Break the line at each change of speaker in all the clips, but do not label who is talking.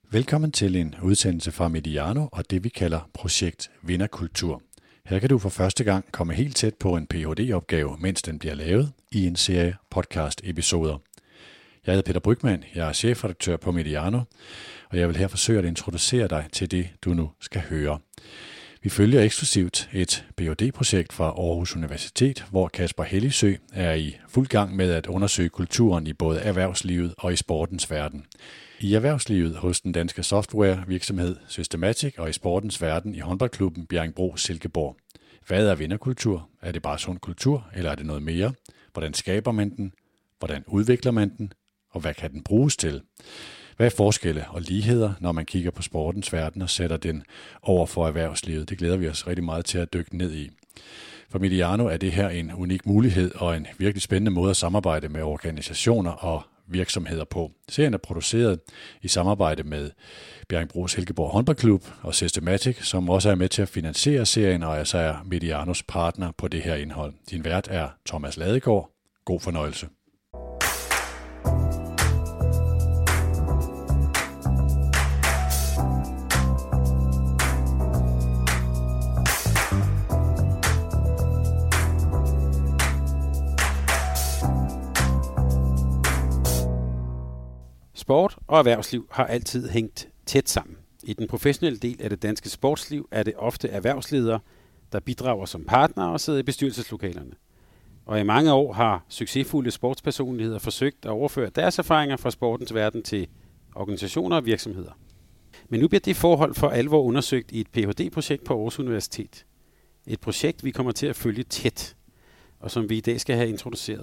Velkommen til en udsendelse fra Mediano og det vi kalder Projekt Vinderkultur. Her kan du for første gang komme helt tæt på en Ph.D.-opgave, mens den bliver lavet i en serie podcast-episoder. Jeg hedder Peter Brygmann, jeg er chefredaktør på Mediano, og jeg vil her forsøge at introducere dig til det, du nu skal høre. Vi følger eksklusivt et Ph.D.-projekt fra Aarhus Universitet, hvor Kasper Helligsø er i fuld gang med at undersøge kulturen i både erhvervslivet og i sportens verden. I erhvervslivet hos den danske softwarevirksomhed Systematic og i sportens verden i håndboldklubben Bjerringbro-Silkeborg. Hvad er vinderkultur? Er det bare sund kultur, eller er det noget mere? Hvordan skaber man den? Hvordan udvikler man den? Og hvad kan den bruges til? Hvad er forskelle og ligheder, når man kigger på sportens verden og sætter den over for erhvervslivet? Det glæder vi os rigtig meget til at dykke ned i. For Mediano er det her en unik mulighed og en virkelig spændende måde at samarbejde med organisationer og virksomheder på. Serien er produceret i samarbejde med Bjerringbro-Silkeborg håndboldklub og Systematic, som også er med til at finansiere serien og altså er Medianos partner på det her indhold. Din vært er Thomas Ladegaard. God fornøjelse.
Sport og erhvervsliv har altid hængt tæt sammen. I den professionelle del af det danske sportsliv er det ofte erhvervsledere, der bidrager som partnere og sidder i bestyrelseslokalerne. Og i mange år har succesfulde sportspersonligheder forsøgt at overføre deres erfaringer fra sportens verden til organisationer og virksomheder. Men nu bliver det forhold for alvor undersøgt i et Ph.D.-projekt på Aarhus Universitet. Et projekt, vi kommer til at følge tæt, og som vi i dag skal have introduceret.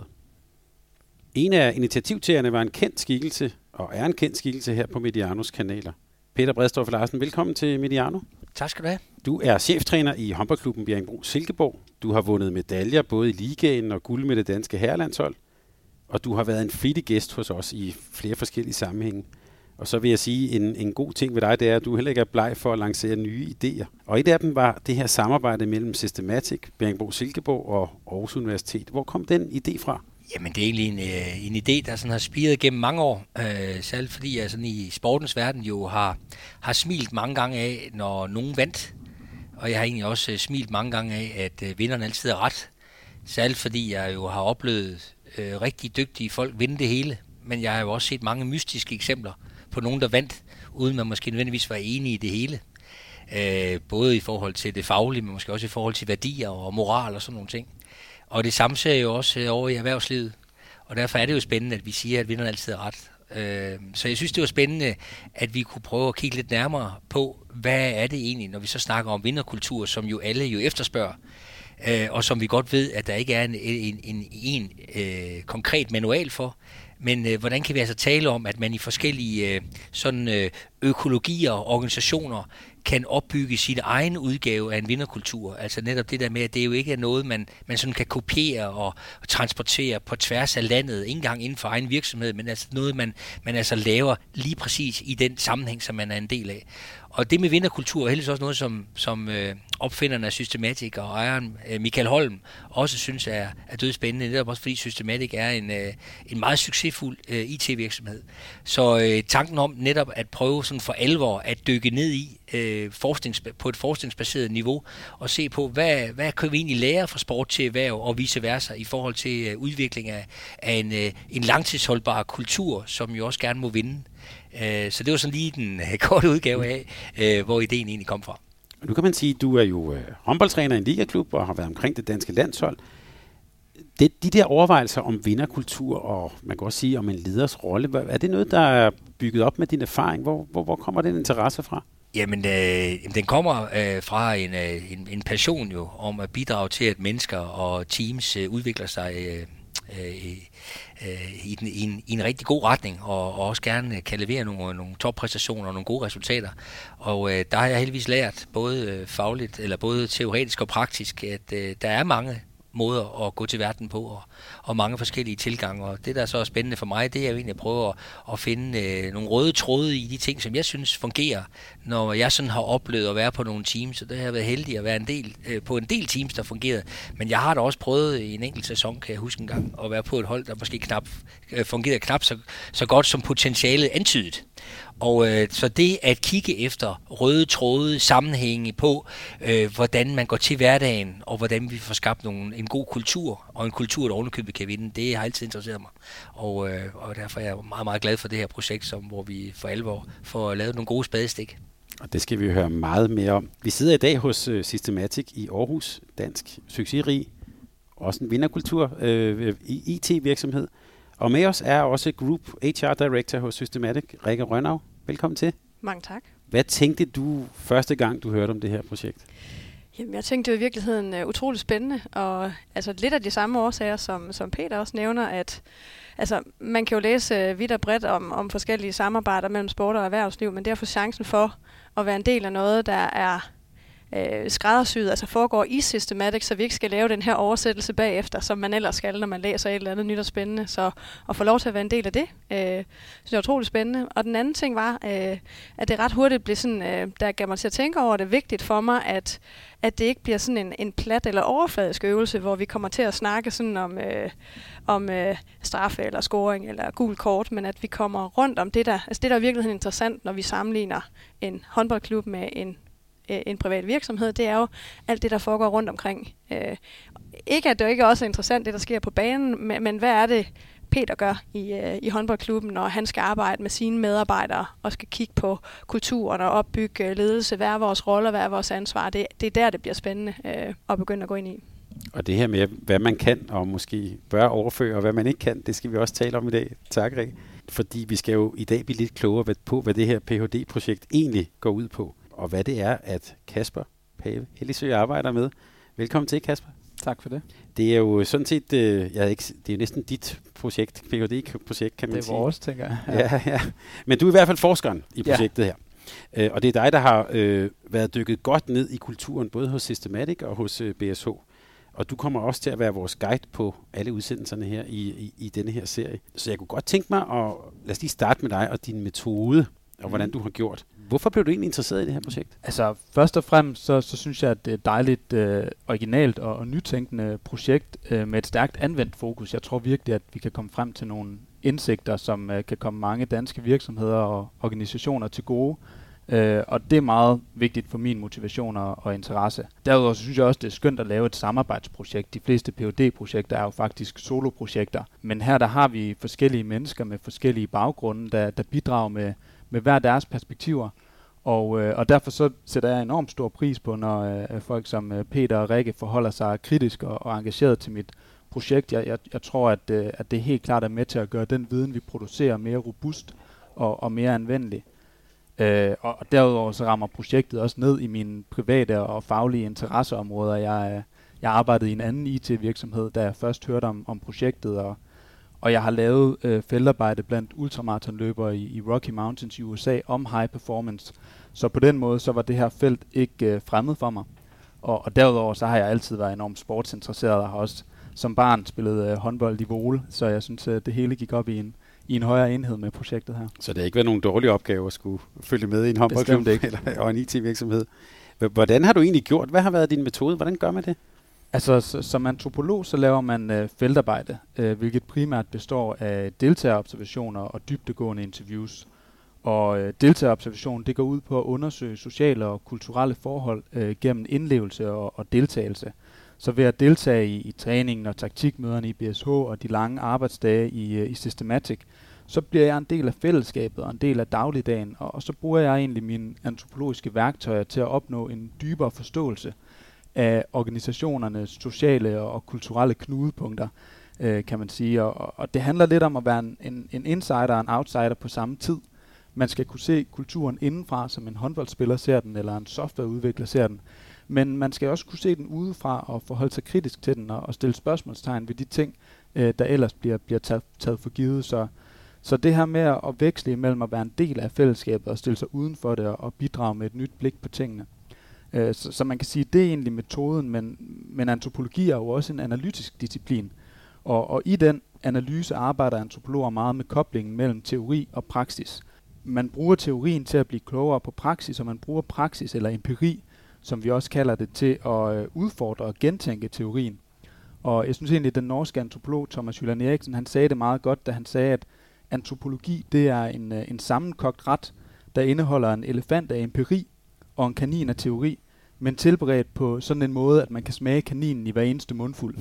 En af initiativtagerne var en kendt skikkelse, og er en kendt skikkelse her på Medianos kanaler. Peter Bredstorff Larsen, velkommen til Mediano.
Tak skal du have.
Du er cheftræner i håndboldklubben Bjerringbro-Silkeborg. Du har vundet medaljer både i ligaen og guld med det danske herrelandshold. Og du har været en flittig gæst hos os i flere forskellige sammenhænge. Og så vil jeg sige, en god ting ved dig, det er, at du heller ikke er bleg for at lancere nye idéer. Og et af dem var det her samarbejde mellem Systematic, Bjerringbro-Silkeborg og Aarhus Universitet. Hvor kom den idé fra?
Jamen, det er egentlig en idé, der sådan har spiret gennem mange år. Selv fordi jeg sådan i sportens verden jo har smilt mange gange af, når nogen vandt. Og jeg har egentlig også smilt mange gange af, at vinderen altid er ret. Selv fordi jeg jo har oplevet rigtig dygtige folk vinde det hele. Men jeg har jo også set mange mystiske eksempler på nogen, der vandt, uden man måske nødvendigvis var enige i det hele. Både i forhold til det faglige, men måske også i forhold til værdier og moral og sådan nogle ting. Og det samme ser jo også over i erhvervslivet. Og derfor er det jo spændende, at vi siger, at vinderen altid er ret. Så jeg synes, det var spændende, at vi kunne prøve at kigge lidt nærmere på, hvad er det egentlig, når vi så snakker om vinderkultur, som jo alle jo efterspørger. Og som vi godt ved, at der ikke er en konkret manual for. Men hvordan kan vi altså tale om, at man i forskellige økologier og organisationer kan opbygge sin egen udgave af en vinderkultur. Altså netop det der med, at det jo ikke er noget, man sådan kan kopiere og transportere på tværs af landet, ikke engang inden for egen virksomhed, men altså noget, man altså laver lige præcis i den sammenhæng, som man er en del af. Og det med vinderkultur er heldigvis også noget, som opfinderne af Systematic og ejeren Michael Holm også synes er dødspændende, netop også fordi Systematic er en meget succesfuld IT-virksomhed. Så tanken om netop at prøve sådan for alvor at dykke ned i på et forskningsbaseret niveau og se på, hvad kan vi egentlig lære fra sport til erhverv og vice versa i forhold til udvikling af en langtidsholdbar kultur, som jo også gerne må vinde. Så det var sådan lige den korte udgave af, hvor ideen egentlig kom fra.
Nu kan man sige, at du er jo håndboldtræner i en ligaklub og har været omkring det danske landshold. De der overvejelser om vinderkultur og man kan også sige om en leders rolle, er det noget, der er bygget op med din erfaring? Hvor kommer den interesse fra?
Jamen, den kommer fra en passion jo om at bidrage til, at mennesker og teams udvikler sig i en rigtig god retning, og også gerne kan levere nogle toppræstationer og nogle gode resultater. Og der har jeg heldigvis lært, både fagligt, eller både teoretisk og praktisk, at der er mange måder at gå til verden på, og mange forskellige tilgange. Og det, der så er spændende for mig, det er jo egentlig at prøve at finde nogle røde tråde i de ting, som jeg synes fungerer, når jeg sådan har oplevet at være på nogle teams. Så det har jeg været heldig at være på en del teams, der fungerede. Men jeg har da også prøvet i en enkelt sæson, kan jeg huske en gang, at være på et hold, der måske fungerede knap så godt, som potentialet antydet. Og så det at kigge efter røde tråde, sammenhænge på, hvordan man går til hverdagen, og hvordan vi får skabt en god kultur, og en kultur, der ovenikøbet kan vinde, det har altid interesseret mig. Og derfor er jeg meget, meget glad for det her projekt, hvor vi for alvor får lavet nogle gode spadestik.
Og det skal vi høre meget mere om. Vi sidder i dag hos Systematic i Aarhus, dansk succesrig, også en vinderkultur, IT-virksomhed. Og med os er også Group HR Director hos Systematic, Rikke Rønnav. Velkommen til.
Mange tak.
Hvad tænkte du første gang, du hørte om det her projekt?
Jamen, jeg tænkte det var i virkeligheden utroligt spændende, og altså lidt af de samme årsager, som Peter også nævner, at altså, man kan jo læse vidt og bredt om forskellige samarbejder mellem sport og erhvervsliv, men det at få chancen for at være en del af noget, der er skræddersyet, altså foregår i Systematic, så vi ikke skal lave den her oversættelse bagefter, som man ellers skal, når man læser et eller andet nyt og spændende. Så at få lov til at være en del af det, synes jeg er utroligt spændende. Og den anden ting var, at det ret hurtigt blev sådan, der gav mig til at tænke over, det er vigtigt for mig, at det ikke bliver sådan en plat eller overfladisk øvelse, hvor vi kommer til at snakke sådan om straffe eller scoring eller gul kort, men at vi kommer rundt om det der. Altså det der er i virkeligheden interessant, når vi sammenligner en håndboldklub med en privat virksomhed, det er jo alt det, der foregår rundt omkring. Ikke at det jo ikke også er interessant, det der sker på banen, men hvad er det, Peter gør i håndboldklubben, når han skal arbejde med sine medarbejdere og skal kigge på kulturen og opbygge ledelse, hvad er vores rolle, hvad er vores ansvar. Det er der, det bliver spændende at begynde at gå ind i.
Og det her med, hvad man kan og måske bør overføre, og hvad man ikke kan, det skal vi også tale om i dag. Tak, Rikke. Fordi vi skal jo i dag blive lidt klogere på, hvad det her Ph.D.-projekt egentlig går ud på, og hvad det er, at Kasper Pave Helligsø arbejder med. Velkommen til, Kasper.
Tak for det.
Det er jo sådan set, det er jo næsten dit projekt, Ph.D.-projekt, kan man sige.
Det er vores, tænker jeg.
Ja. Men du er i hvert fald forskeren i projektet her. Og det er dig, der har været dykket godt ned i kulturen, både hos Systematic og hos BSH. Og du kommer også til at være vores guide på alle udsendelserne her i denne her serie. Så jeg kunne godt tænke mig at, lad os lige starte med dig og din metode, og hvordan du har gjort. Hvorfor blev du egentlig interesseret i det her projekt?
Altså, først og fremmest, så synes jeg, at det er et dejligt originalt og nytænkende projekt med et stærkt anvendt fokus. Jeg tror virkelig, at vi kan komme frem til nogle indsigter, som kan komme mange danske virksomheder og organisationer til gode. Og det er meget vigtigt for min motivation og interesse. Derudover så synes jeg også, det er skønt at lave et samarbejdsprojekt. De fleste Ph.D.-projekter er jo faktisk soloprojekter. Men her der har vi forskellige mennesker med forskellige baggrunde, der bidrager med hver deres perspektiver. Og derfor så sætter jeg enormt stor pris på, når folk som Peter og Rikke forholder sig kritisk og engageret til mit projekt. Jeg tror, at det helt klart er med til at gøre den viden, vi producerer, mere robust og mere anvendelig. Og derudover så rammer projektet også ned i mine private og faglige interesseområder. Jeg arbejdede i en anden IT-virksomhed, da jeg først hørte om projektet, og jeg har lavet feltarbejde blandt ultramaratonløbere i Rocky Mountains i USA om high performance. Så på den måde så var det her felt ikke fremmed for mig. Og derudover så har jeg altid været enormt sportsinteresseret og har også som barn spillet håndbold i Vole, så jeg synes, at det hele gik op i en højere enhed med projektet her. Så
det har ikke været nogen dårlige opgaver at skulle følge med i en håndboldklub og en IT-virksomhed. Hvordan har du egentlig gjort? Hvad har været din metode? Hvordan gør man det?
Altså, som antropolog, så laver man feltarbejde, hvilket primært består af deltagerobservationer og dybdegående interviews. Og deltagerobservation, det går ud på at undersøge sociale og kulturelle forhold gennem indlevelse og deltagelse. Så ved at deltage i træningen og taktikmøderne i BSH og de lange arbejdsdage i Systematic, så bliver jeg en del af fællesskabet og en del af dagligdagen, og så bruger jeg egentlig mine antropologiske værktøjer til at opnå en dybere forståelse af organisationernes sociale og kulturelle knudepunkter, kan man sige. Og det handler lidt om at være en insider og en outsider på samme tid. Man skal kunne se kulturen indenfra, som en håndboldspiller ser den, eller en softwareudvikler ser den. Men man skal også kunne se den udefra og forholde sig kritisk til den og stille spørgsmålstegn ved de ting, der ellers bliver taget for givet. Så det her med at veksle imellem at være en del af fællesskabet og stille sig uden for det og bidrage med et nyt blik på tingene. Så man kan sige, at det er egentlig metoden, men antropologi er jo også en analytisk disciplin. Og i den analyse arbejder antropologer meget med koblingen mellem teori og praksis. Man bruger teorien til at blive klogere på praksis, og man bruger praksis eller empiri, som vi også kalder det, til at udfordre og gentænke teorien. Og jeg synes egentlig, at den norske antropolog Thomas Hylland Eriksen, han sagde det meget godt, da han sagde, at antropologi, det er en sammenkogt ret, der indeholder en elefant af empiri og en kanin af teori, men tilberedt på sådan en måde, at man kan smage kaninen i hver eneste mundfuld.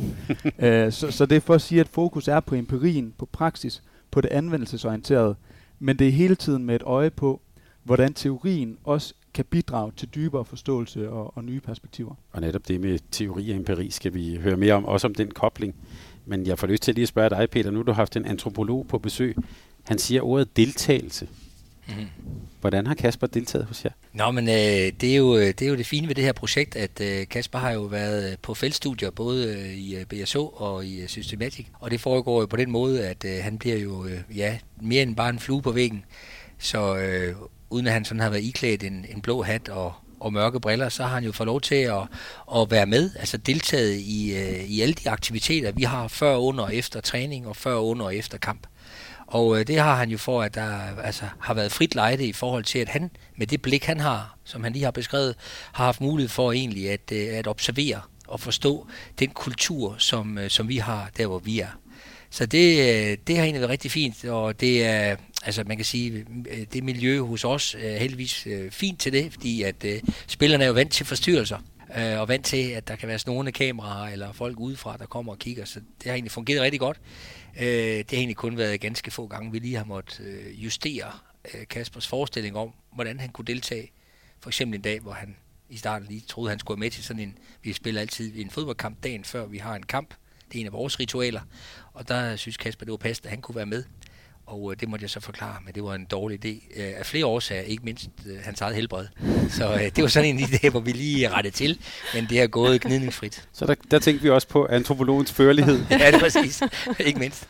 Så det er for at sige, at fokus er på empirien, på praksis, på det anvendelsesorienterede, men det er hele tiden med et øje på, hvordan teorien også kan bidrage til dybere forståelse og nye perspektiver.
Og netop det med teori og empiri skal vi høre mere om, også om den kobling. Men jeg får lyst til lige at spørge dig, Peter, nu du har haft en antropolog på besøg. Han siger ordet deltagelse. Mm-hmm. Hvordan har Kasper deltaget hos jer?
Nå, men det er jo det fine ved det her projekt, at Kasper har jo været på feltstudier, både i BSO og i Systematic. Og det foregår jo på den måde, at han bliver jo mere end bare en flue på væggen. Så uden at han sådan har været iklædt en blå hat og mørke briller, så har han jo fået lov til at være med, altså deltaget i alle de aktiviteter, vi har før, under og efter træning, og før, under og efter kamp. Og det har han jo for, at der altså har været frit lejde i forhold til, at han med det blik, han har, som han lige har beskrevet, har haft mulighed for egentlig at observere og forstå den kultur, som vi har der, hvor vi er. Så det har egentlig været rigtig fint, og det er, altså man kan sige, det miljø hos os er heldigvis fint til det, fordi at spillerne er jo vant til forstyrrelser, og vant til, at der kan være snurrende kameraer eller folk udefra, der kommer og kigger, så det har egentlig fungeret rigtig godt. Det har egentlig kun været ganske få gange, vi lige har måttet justere Kaspers forestilling om, hvordan han kunne deltage. For eksempel en dag, hvor han i starten lige troede, han skulle være med til sådan en, vi spiller altid en fodboldkamp dagen før vi har en kamp. Det er en af vores ritualer, og der synes Kasper, det var passende, at han kunne være med. Og det måtte jeg så forklare, men det var en dårlig idé af flere årsager, ikke mindst hans eget helbred. Så det var sådan en idé, hvor vi lige rettede til, men det er gået gnidningsfrit.
Så der tænkte vi også på antropologens førlighed.
Ja, det er præcis. Ikke mindst.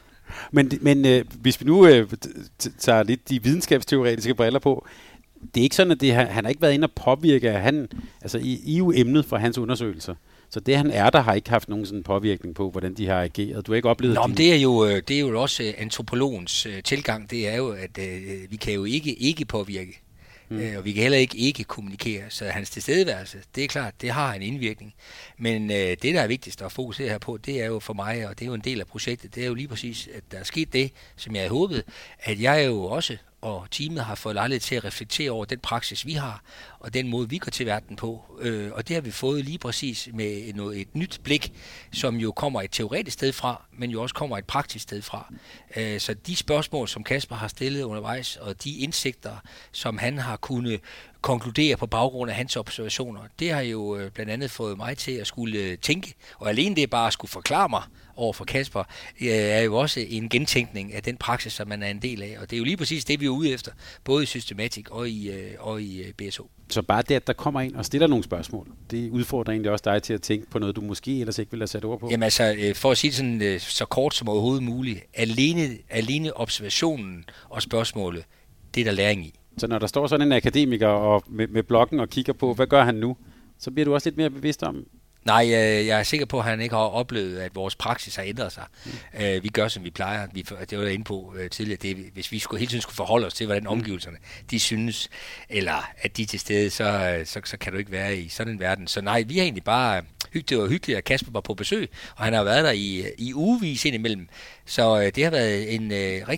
Men hvis vi nu tager lidt de videnskabsteoretiske briller på, det er ikke sådan, at han har ikke været inde og påvirke, altså I er jo emnet for hans undersøgelser. Så det, han er der, har ikke haft nogen sådan påvirkning på, hvordan de har ageret. Du har ikke oplevet
men det er jo også antropologens tilgang. Det er jo, at vi kan jo ikke påvirke. Og vi kan heller ikke kommunikere. Så hans tilstedeværelse, det er klart, det har en indvirkning. Men det, der er vigtigst at fokusere her på, det er jo for mig, og det er jo en del af projektet, det er jo lige præcis, at der er sket det, som jeg håbede, at jeg jo også og teamet har fået lejlighed til at reflektere over den praksis, vi har, og den måde, vi går til verden på. Og det har vi fået lige præcis med et nyt blik, som jo kommer et teoretisk sted fra, men jo også kommer et praktisk sted fra. Så de spørgsmål, som Kasper har stillet undervejs, og de indsigter, som han har kunnet konkludere på baggrund af hans observationer, det har jo blandt andet fået mig til at skulle tænke, og alene det bare at skulle forklare mig over for Kasper, er jo også en gentænkning af den praksis, som man er en del af. Og det er jo lige præcis det, vi er ude efter, både i Systematic og i BSO.
Så bare det, at der kommer ind og stiller nogle spørgsmål, det udfordrer egentlig også dig til at tænke på noget, du måske ellers ikke ville have sat ord på?
Jamen altså, for at sige det sådan så kort som overhovedet muligt, alene observationen og spørgsmålet, det er der læring i.
Så når der står sådan en akademiker og med bloggen og kigger på, hvad gør han nu, så bliver du også lidt mere bevidst om...
Nej, jeg er sikker på, at han ikke har oplevet, at vores praksis har ændret sig. Vi gør, som vi plejer. Det var jeg inde på tidligere. Hvis vi hele tiden skulle forholde os til, hvordan omgivelserne de synes, eller at de er til stede, så kan du ikke være i sådan en verden. Så nej, vi har egentlig bare... Det var hyggeligt, at Kasper var på besøg, og han har været der i ugevis indimellem. Så det har været en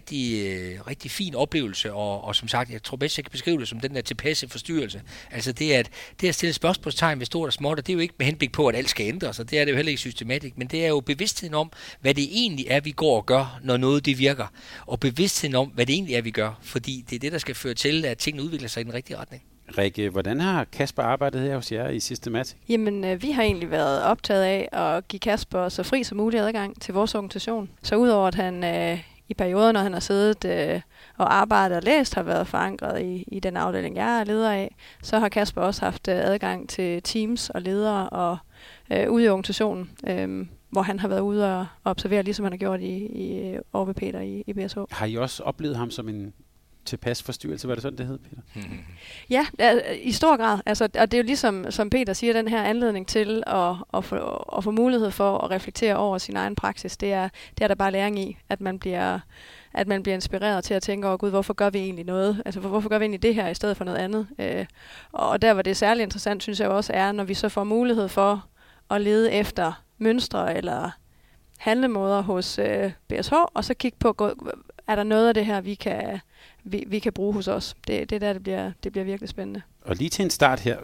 rigtig fin oplevelse, og som sagt, jeg tror bedst, jeg kan beskrive det som den der tilpasse forstyrrelse. Altså det at stille spørgsmålstegn ved stort og småt, og det er jo ikke med henblik på, at alt skal ændres, og det er det jo heller ikke systematisk, men det er jo bevidstheden om, hvad det egentlig er, vi går og gør, når noget det virker, og bevidstheden om, hvad det egentlig er, vi gør, fordi det er det, der skal føre til, at tingene udvikler sig i den rigtige retning.
Rikke, hvordan har Kasper arbejdet her hos jer i Systematic?
Jamen, vi har egentlig været optaget af at give Kasper så fri som mulig adgang til vores organisation. Så udover at han i perioder, når han har siddet og arbejdet og læst, har været forankret i den afdeling, jeg er leder af, så har Kasper også haft adgang til teams og ledere og ude i organisationen, hvor han har været ude og observere, ligesom han har gjort i over ved Peter i BSH. Har
I også oplevet ham som en tilpas forstyrrelse, var det sådan, det hed, Peter?
Ja, i stor grad. Altså, og det er jo ligesom, som Peter siger, den her anledning til at få mulighed for at reflektere over sin egen praksis. Det er der bare læring i, at man bliver inspireret til at tænke over, gud, hvorfor gør vi egentlig noget? Altså, hvorfor gør vi egentlig det her i stedet for noget andet? Og der, hvor det er særlig interessant, synes jeg også, er, når vi så får mulighed for at lede efter mønstre eller handlemåder hos BSH, og så kigge på, er der noget af det her, vi kan bruge hos os. Det er der, det bliver virkelig spændende.
Og lige til en start her,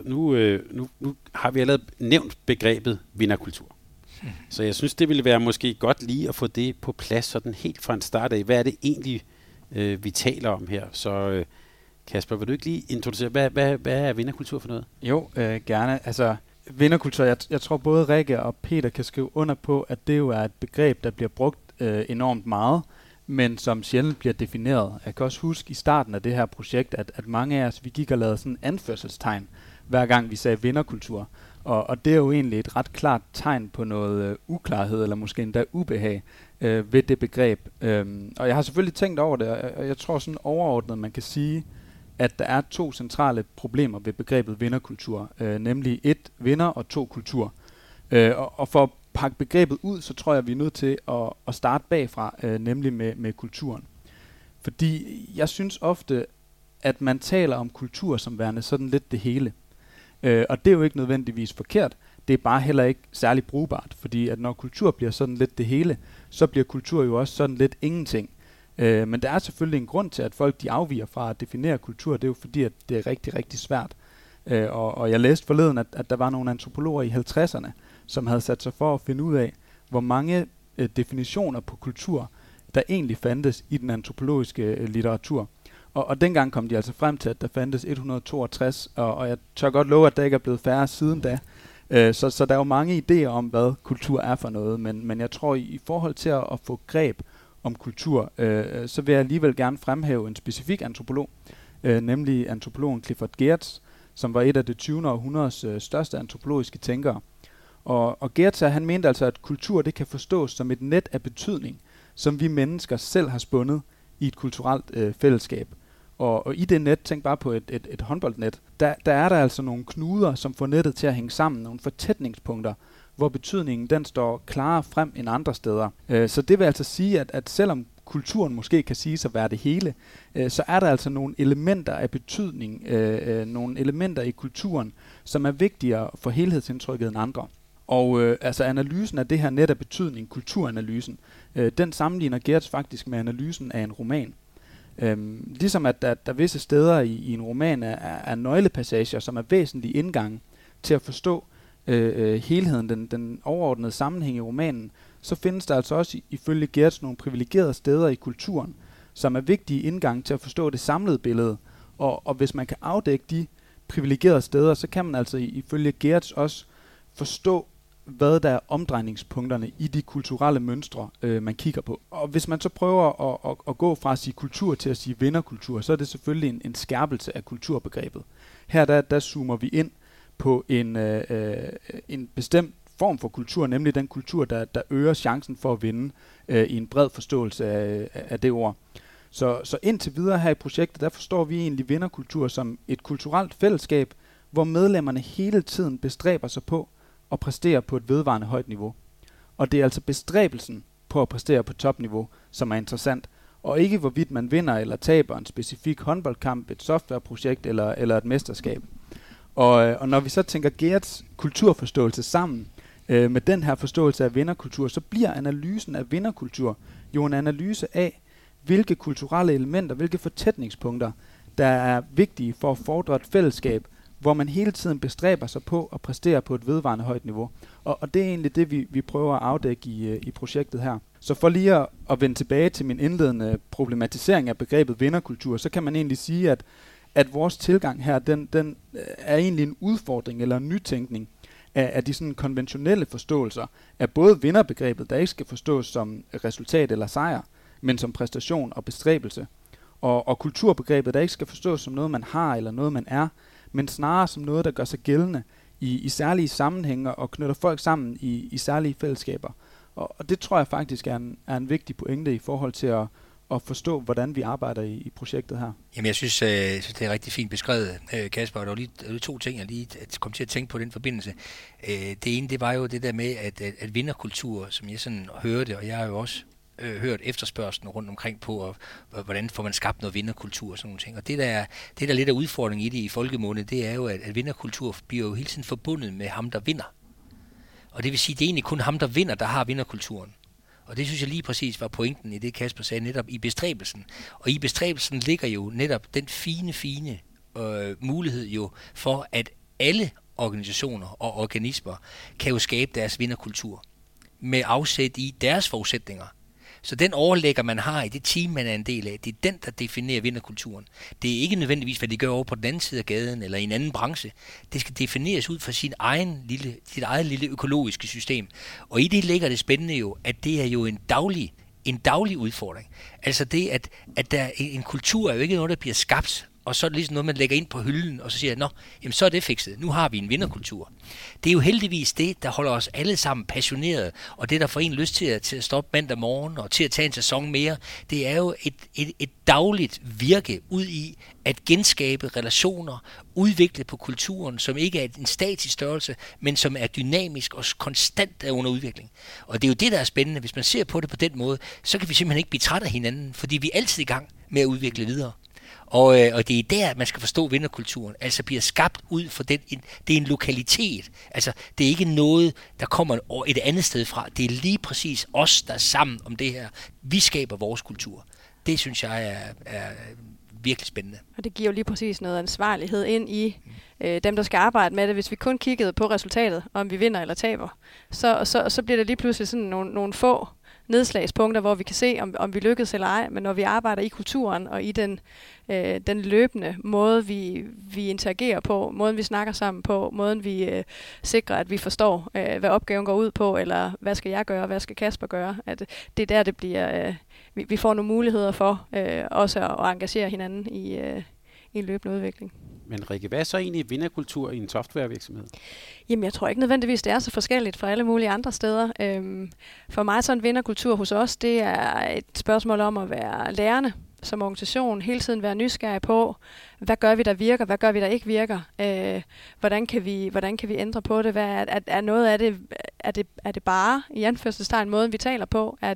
nu har vi allerede nævnt begrebet vinderkultur. Så jeg synes, det ville være måske godt lige at få det på plads sådan helt fra en start af. Hvad er det egentlig, vi taler om her? Så Kasper, vil du ikke lige introducere, hvad er vinderkultur for noget?
Jo, gerne. Altså, vinderkultur, jeg tror både Rikke og Peter kan skrive under på, at det jo er et begreb, der bliver brugt enormt meget, men som sjældent bliver defineret. Jeg kan også huske i starten af det her projekt, at mange af os, vi gik og lavede sådan en anførselstegn, hver gang vi sagde vinderkultur. Og det er jo egentlig et ret klart tegn på noget uklarhed, eller måske endda ubehag ved det begreb. Og jeg har selvfølgelig tænkt over det, og jeg tror sådan overordnet, man kan sige, at der er 2 centrale problemer ved begrebet vinderkultur, nemlig 1 vinder og 2 kultur. Og for at pakke begrebet ud, så tror jeg, vi er nødt til at starte bagfra, nemlig med kulturen. Fordi jeg synes ofte, at man taler om kultur som værende sådan lidt det hele. Og det er jo ikke nødvendigvis forkert, det er bare heller ikke særlig brugbart, fordi at når kultur bliver sådan lidt det hele, så bliver kultur jo også sådan lidt ingenting. Men der er selvfølgelig en grund til, at folk de afviger fra at definere kultur, det er jo fordi, at det er rigtig, rigtig svært. Og jeg læste forleden, at der var nogle antropologer i 50'erne, som havde sat sig for at finde ud af, hvor mange definitioner på kultur, der egentlig fandtes i den antropologiske litteratur. Og dengang kom de altså frem til, at der fandtes 162, og jeg tør godt love, at der ikke er blevet færre siden da. Så der er jo mange idéer om, hvad kultur er for noget, men jeg tror, i forhold til at få greb om kultur, så vil jeg alligevel gerne fremhæve en specifik antropolog, nemlig antropologen Clifford Geertz, som var et af det 20. århundredes største antropologiske tænkere. Og Geertz, han mente altså, at kultur det kan forstås som et net af betydning, som vi mennesker selv har spundet i et kulturelt fællesskab. Og i det net, tænk bare på et håndboldnet, der er der altså nogle knuder, som får nettet til at hænge sammen, nogle fortætningspunkter, hvor betydningen den står klarere frem end andre steder. Så det vil altså sige, at selvom kulturen måske kan siges at være det hele, så er der altså nogle elementer af betydning, nogle elementer i kulturen, som er vigtigere for helhedsindtrykket end andre. Og altså analysen af det her net af betydning, kulturanalysen, den sammenligner Geertz faktisk med analysen af en roman. Ligesom at der visse steder i en roman er nøglepassager, som er væsentlige indgange til at forstå helheden, den overordnede sammenhæng i romanen, så findes der altså også ifølge Geertz nogle privilegerede steder i kulturen, som er vigtige indgange til at forstå det samlede billede. Og hvis man kan afdække de privilegerede steder, så kan man altså ifølge Geertz også forstå, hvad der er omdrejningspunkterne i de kulturelle mønstre, man kigger på. Og hvis man så prøver at gå fra at sige kultur til at sige vinderkultur, så er det selvfølgelig en skærpelse af kulturbegrebet. Her der zoomer vi ind på en bestemt form for kultur, nemlig den kultur, der øger chancen for at vinde i en bred forståelse af det ord. Så indtil videre her i projektet, der forstår vi egentlig vinderkultur som et kulturelt fællesskab, hvor medlemmerne hele tiden bestræber sig på at præstere på et vedvarende højt niveau. Og det er altså bestræbelsen på at præstere på topniveau, som er interessant, og ikke hvorvidt man vinder eller taber en specifik håndboldkamp, et softwareprojekt eller et mesterskab. Og når vi så tænker Geertz kulturforståelse sammen med den her forståelse af vinderkultur, så bliver analysen af vinderkultur jo en analyse af, hvilke kulturelle elementer, hvilke fortætningspunkter, der er vigtige for at fordre et fællesskab, hvor man hele tiden bestræber sig på at præstere på et vedvarende højt niveau. Og det er egentlig det, vi prøver at afdække i projektet her. Så for lige at vende tilbage til min indledende problematisering af begrebet vinderkultur, så kan man egentlig sige, at vores tilgang her, den er egentlig en udfordring eller en nytænkning af de sådan konventionelle forståelser af både vinderbegrebet, der ikke skal forstås som resultat eller sejr, men som præstation og bestræbelse. Og kulturbegrebet, der ikke skal forstås som noget, man har eller noget, man er, men snarere som noget, der gør sig gældende i særlige sammenhænge og knytter folk sammen i særlige fællesskaber. Og det tror jeg faktisk er en vigtig pointe i forhold til at forstå, hvordan vi arbejder i projektet her.
Jamen jeg synes det er rigtig fint beskrevet, Kasper, og der var lige 2 ting, jeg lige kom til at tænke på i den forbindelse. Det ene, det var jo det der med, at vinderkultur, som jeg sådan hørte, og jeg har jo også hørt efterspørgslen rundt omkring på, og hvordan får man skabt noget vinderkultur og sådan nogle ting. Og det der lidt af udfordringen i det i folkemunde, det er jo, at vinderkultur bliver jo hele tiden forbundet med ham, der vinder. Og det vil sige, det er egentlig kun ham, der vinder, der har vinderkulturen. Og det synes jeg lige præcis var pointen i det, Kasper sagde, netop i bestræbelsen. Og i bestræbelsen ligger jo netop den fine mulighed jo for, at alle organisationer og organismer kan jo skabe deres vinderkultur med afsæt i deres forudsætninger. Så den overlægger, man har i det team, man er en del af, det er den, der definerer vinderkulturen. Det er ikke nødvendigvis, hvad de gør over på den anden side af gaden eller i en anden branche. Det skal defineres ud fra sit eget lille økologiske system. Og i det ligger det spændende jo, at det er jo en daglig udfordring. Altså det, at der en kultur er jo ikke noget, der bliver skabt, og så er det ligesom noget, man lægger ind på hylden, og så siger, jamen så er det fikset. Nu har vi en vinderkultur. Det er jo heldigvis det, der holder os alle sammen passionerede, og det, der får en lyst til at stoppe mandag morgen, og til at tage en sæson mere, det er jo et dagligt virke ud i at genskabe relationer, udvikle på kulturen, som ikke er en statisk størrelse, men som er dynamisk og konstant er under udvikling. Og det er jo det, der er spændende. Hvis man ser på det på den måde, så kan vi simpelthen ikke blive trætte af hinanden, fordi vi er altid i gang med at udvikle videre. Og det er der, man skal forstå vinderkulturen. Altså bliver skabt ud for det er en lokalitet. Altså det er ikke noget, der kommer et andet sted fra. Det er lige præcis os, der er sammen om det her. Vi skaber vores kultur. Det synes jeg er virkelig spændende. Og det giver jo lige præcis noget ansvarlighed ind i dem, der skal arbejde med det. Hvis vi kun kiggede på resultatet, om vi vinder eller taber, så bliver det lige pludselig sådan nogle få nedslagspunkter, hvor vi kan se, om vi lykkes eller ej, men når vi arbejder i kulturen og i den løbende måde, vi interagerer på, måden vi snakker sammen på, måden vi sikrer, at vi forstår, hvad opgaven går ud på, eller hvad skal jeg gøre, hvad skal Kasper gøre, at det er der, det bliver, vi får nogle muligheder for også at engagere hinanden i en løbende udvikling.
Men Rikke, hvad er så egentlig vinderkultur i en softwarevirksomhed?
Jamen, jeg tror ikke nødvendigvis, det er så forskelligt fra alle mulige andre steder. For mig så en vinderkultur hos os, det er et spørgsmål om at være lærende som organisation, hele tiden være nysgerrig på, hvad gør vi, der virker, hvad gør vi, der ikke virker, hvordan kan vi ændre på det, hvad er noget af det, er det bare i anførselstegn måden, vi taler på, er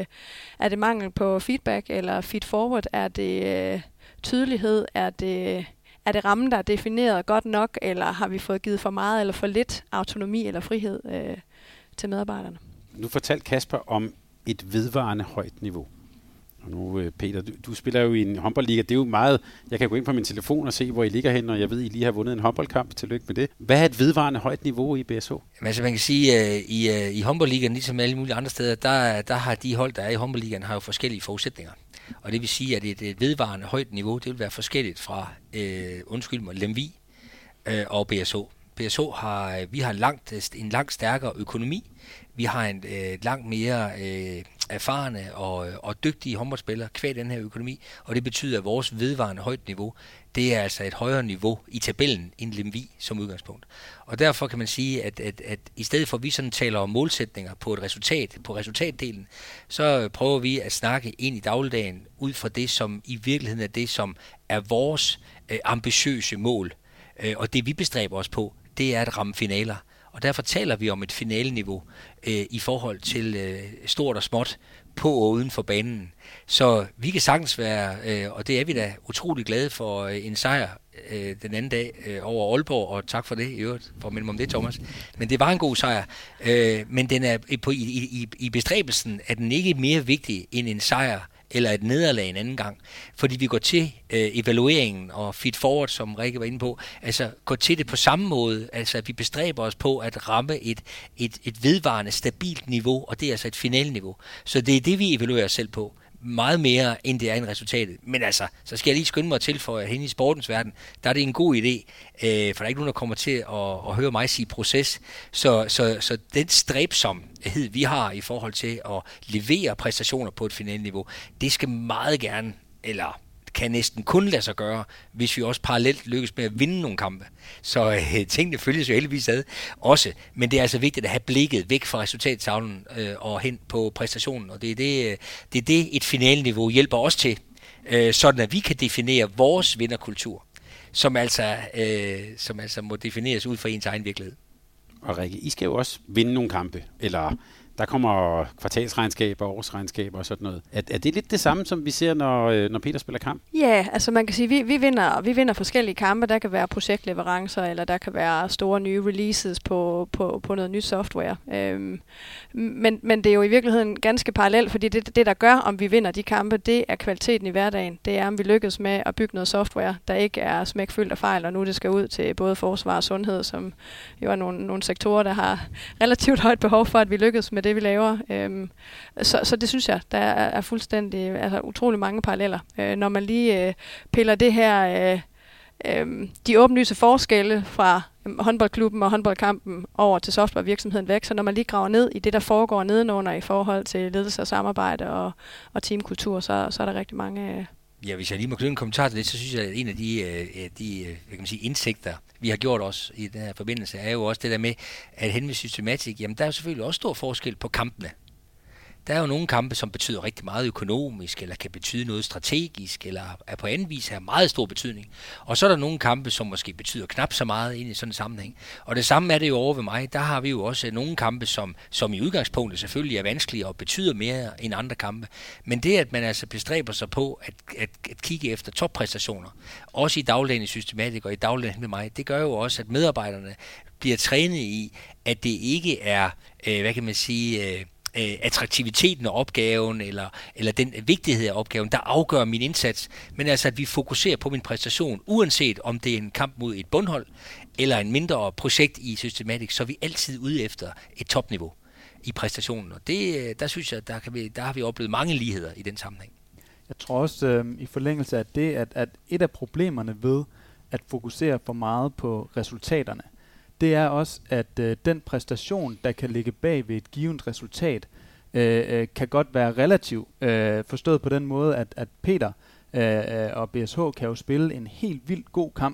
det mangel på feedback eller feed forward, er det tydelighed, er det rammen, der er defineret godt nok, eller har vi fået givet for meget eller for lidt autonomi eller frihed til medarbejderne?
Nu fortalte Kasper om et vedvarende højt niveau. Og nu, Peter, du spiller jo i en håndboldliga. Det er jo meget... Jeg kan gå ind på min telefon og se, hvor I ligger hen, og jeg ved, I lige har vundet en håndboldkamp. Tillykke med det. Hvad er et vedvarende højt niveau i BSH?
Jamen, altså, man kan sige, i håndboldligaen, ligesom alle mulige andre steder, der har de hold, der er i håndboldligaen, har jo forskellige forudsætninger. Og det vil sige, at et vedvarende højt niveau, det vil være forskelligt fra, Lemvig og BSH. BSH vi har en langt stærkere økonomi. Vi har en langt mere erfarne og dygtige håndboldspillere kvad den her økonomi, og det betyder, at vores vedvarende højt niveau, det er altså et højere niveau i tabellen end Lemvig som udgangspunkt. Og derfor kan man sige, at i stedet for at vi sådan taler om målsætninger på et resultat, på resultatdelen, så prøver vi at snakke ind i dagligdagen ud fra det, som i virkeligheden er det, som er vores ambitiøse mål. Og det vi bestræber os på, det er at ramme finaler. Og derfor taler vi om et finaleniveau i forhold til stort og småt på og uden for banen. Så vi kan sagtens være, og det er vi da utrolig glade for, en sejr den anden dag over Aalborg, og tak for det i øvrigt, for at minde mig om det, Thomas. Men det var en god sejr. Men den er i bestræbelsen er den ikke mere vigtig end en sejr eller et nederlag en anden gang. Fordi vi går til evalueringen og feed forward, som Rikke var inde på, altså går til det på samme måde, altså at vi bestræber os på at ramme et vedvarende, stabilt niveau, og det er altså et finalniveau. Så det er det, vi evaluerer os selv på. Meget mere, end det er en resultatet. Men altså, så skal jeg lige skynde mig at tilføje, at henne i sportens verden, der er det en god idé, for der er ikke nogen, der kommer til at høre mig sige proces. Så den stræbsomhed, vi har i forhold til at levere præstationer på et finalniveau, det skal meget gerne, eller kan næsten kun lade sig gøre, hvis vi også parallelt lykkes med at vinde nogle kampe. Så tingene følges jo heldigvis ad også, men det er altså vigtigt at have blikket væk fra resultattavlen og hen på præstationen, og det er det et finaleniveau hjælper os til, sådan at vi kan definere vores vinderkultur, som altså må defineres ud fra ens egen virkelighed.
Og Rikke, I skal jo også vinde nogle kampe, eller Der kommer kvartalsregnskaber, årsregnskaber og sådan noget. Er det lidt det samme, som vi ser, når Peter spiller kamp?
Ja, altså man kan sige, vi vinder forskellige kampe. Der kan være projektleverancer, eller der kan være store nye releases på noget nyt software. Men det er jo i virkeligheden ganske parallelt, fordi det, der gør, om vi vinder de kampe, det er kvaliteten i hverdagen. Det er, om vi lykkes med at bygge noget software, der ikke er smækfyldt af fejl, og nu det skal ud til både forsvar og sundhed, som jo er nogle sektorer, der har relativt højt behov for, at vi lykkes med det, vi laver. Så det synes jeg, der er fuldstændig, altså utrolig mange paralleller. Når man lige piller det her, de åbenlyse forskelle fra håndboldklubben og håndboldkampen over til softwarevirksomheden væk, så når man lige graver ned i det, der foregår nedenunder i forhold til ledelse og samarbejde og teamkultur, så er der rigtig mange...
Ja, hvis jeg lige må knytte en kommentar til det, så synes jeg, at en af de hvad kan man sige, indsigter, vi har gjort også i den her forbindelse, er jo også det der med, at hen ved Systematic, jamen der er jo selvfølgelig også stor forskel på kampene. Der er jo nogle kampe, som betyder rigtig meget økonomisk, eller kan betyde noget strategisk, eller er på anden vis har meget stor betydning. Og så er der nogle kampe, som måske betyder knap så meget ind i sådan en sammenhæng. Og det samme er det jo over ved mig. Der har vi jo også nogle kampe, som i udgangspunktet selvfølgelig er vanskelige og betyder mere end andre kampe. Men det, at man altså bestræber sig på at kigge efter toppræstationer, også i dagligdagen i Systematic og i dagligdagen med mig, det gør jo også, at medarbejderne bliver trænet i, at det ikke er, hvad kan man sige... attraktiviteten af opgaven, eller den vigtighed af opgaven, der afgør min indsats, men altså at vi fokuserer på min præstation, uanset om det er en kamp mod et bundhold, eller en mindre projekt i Systematic, så er vi altid ude efter et topniveau i præstationen, og det, der synes jeg, der har vi oplevet mange ligheder i den sammenhæng.
Jeg tror også i forlængelse af det, at et af problemerne ved at fokusere for meget på resultaterne, det er også, at den præstation, der kan ligge bag ved et givet resultat, kan godt være relativ. Forstået på den måde, at Peter og BSH kan jo spille en helt vildt god kamp,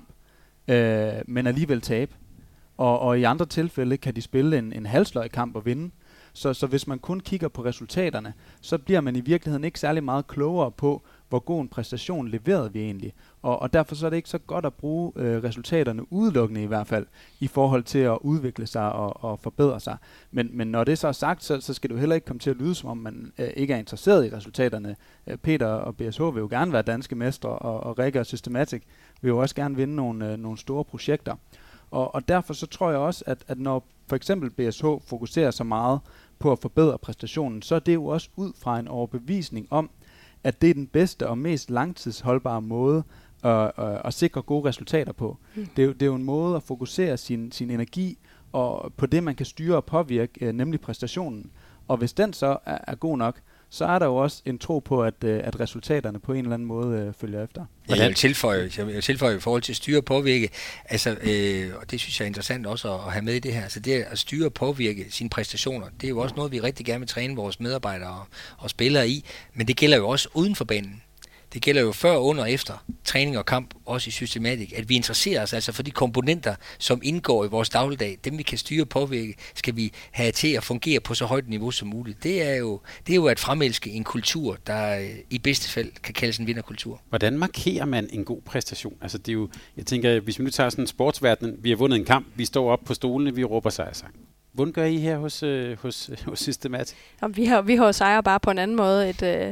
men alligevel tabe. Og i andre tilfælde kan de spille en halvsløj kamp og vinde. Så hvis man kun kigger på resultaterne, så bliver man i virkeligheden ikke særlig meget klogere på, hvor god en præstation leverede vi egentlig. Og derfor så er det ikke så godt at bruge resultaterne udelukkende i hvert fald, i forhold til at udvikle sig og forbedre sig. Men når det så er sagt, så skal det jo heller ikke komme til at lyde, som om man ikke er interesseret i resultaterne. Peter og BSH vil jo gerne være danske mestre, og Rikke og Systematic vil jo også gerne vinde nogle store projekter. Og derfor så tror jeg også, at når for eksempel BSH fokuserer så meget på at forbedre præstationen, så er det jo også ud fra en overbevisning om, at det er den bedste og mest langtidsholdbare måde at sikre gode resultater på. Det er jo en måde at fokusere sin energi og på det, man kan styre og påvirke, nemlig præstationen. Og hvis den så er god nok, så er der jo også en tro på, at resultaterne på en eller anden måde følger efter.
Jeg vil tilføje i forhold til styre og påvirke, altså, og det synes jeg er interessant også at have med i det her, altså det at styre og påvirke sine præstationer, det er jo også noget, vi rigtig gerne vil træne vores medarbejdere og spillere i, men det gælder jo også uden for banen. Det gælder jo før, under og efter træning og kamp, også i Systematic, at vi interesserer os altså for de komponenter, som indgår i vores dagligdag. Dem vi kan styre og påvirke, skal vi have til at fungere på så højt niveau som muligt. Det er jo at fremelske en kultur, der i bedste fald kan kaldes en vinderkultur. Hvordan
markerer man en god præstation? Altså det er jo, jeg tænker, hvis vi nu tager sådan en sportsverden, vi har vundet en kamp, vi står op på stolene, vi råber sejrsang. Hvordan gør I her hos Systematic?
Vi har sejre bare på en anden måde.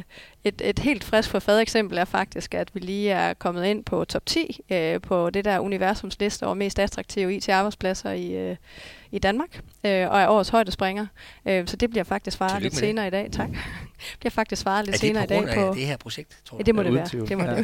Et helt frisk forfadet eksempel er faktisk, at vi lige er kommet ind på top 10 på det der universums liste over mest attraktive IT-arbejdspladser i Danmark, og er årets højdespringer. Så det bliver faktisk svaret lidt senere i dag. Tak. Det bliver faktisk svaret lidt senere i dag på...
Er det på grund af det her projekt, tror du?
Ja, det må det være.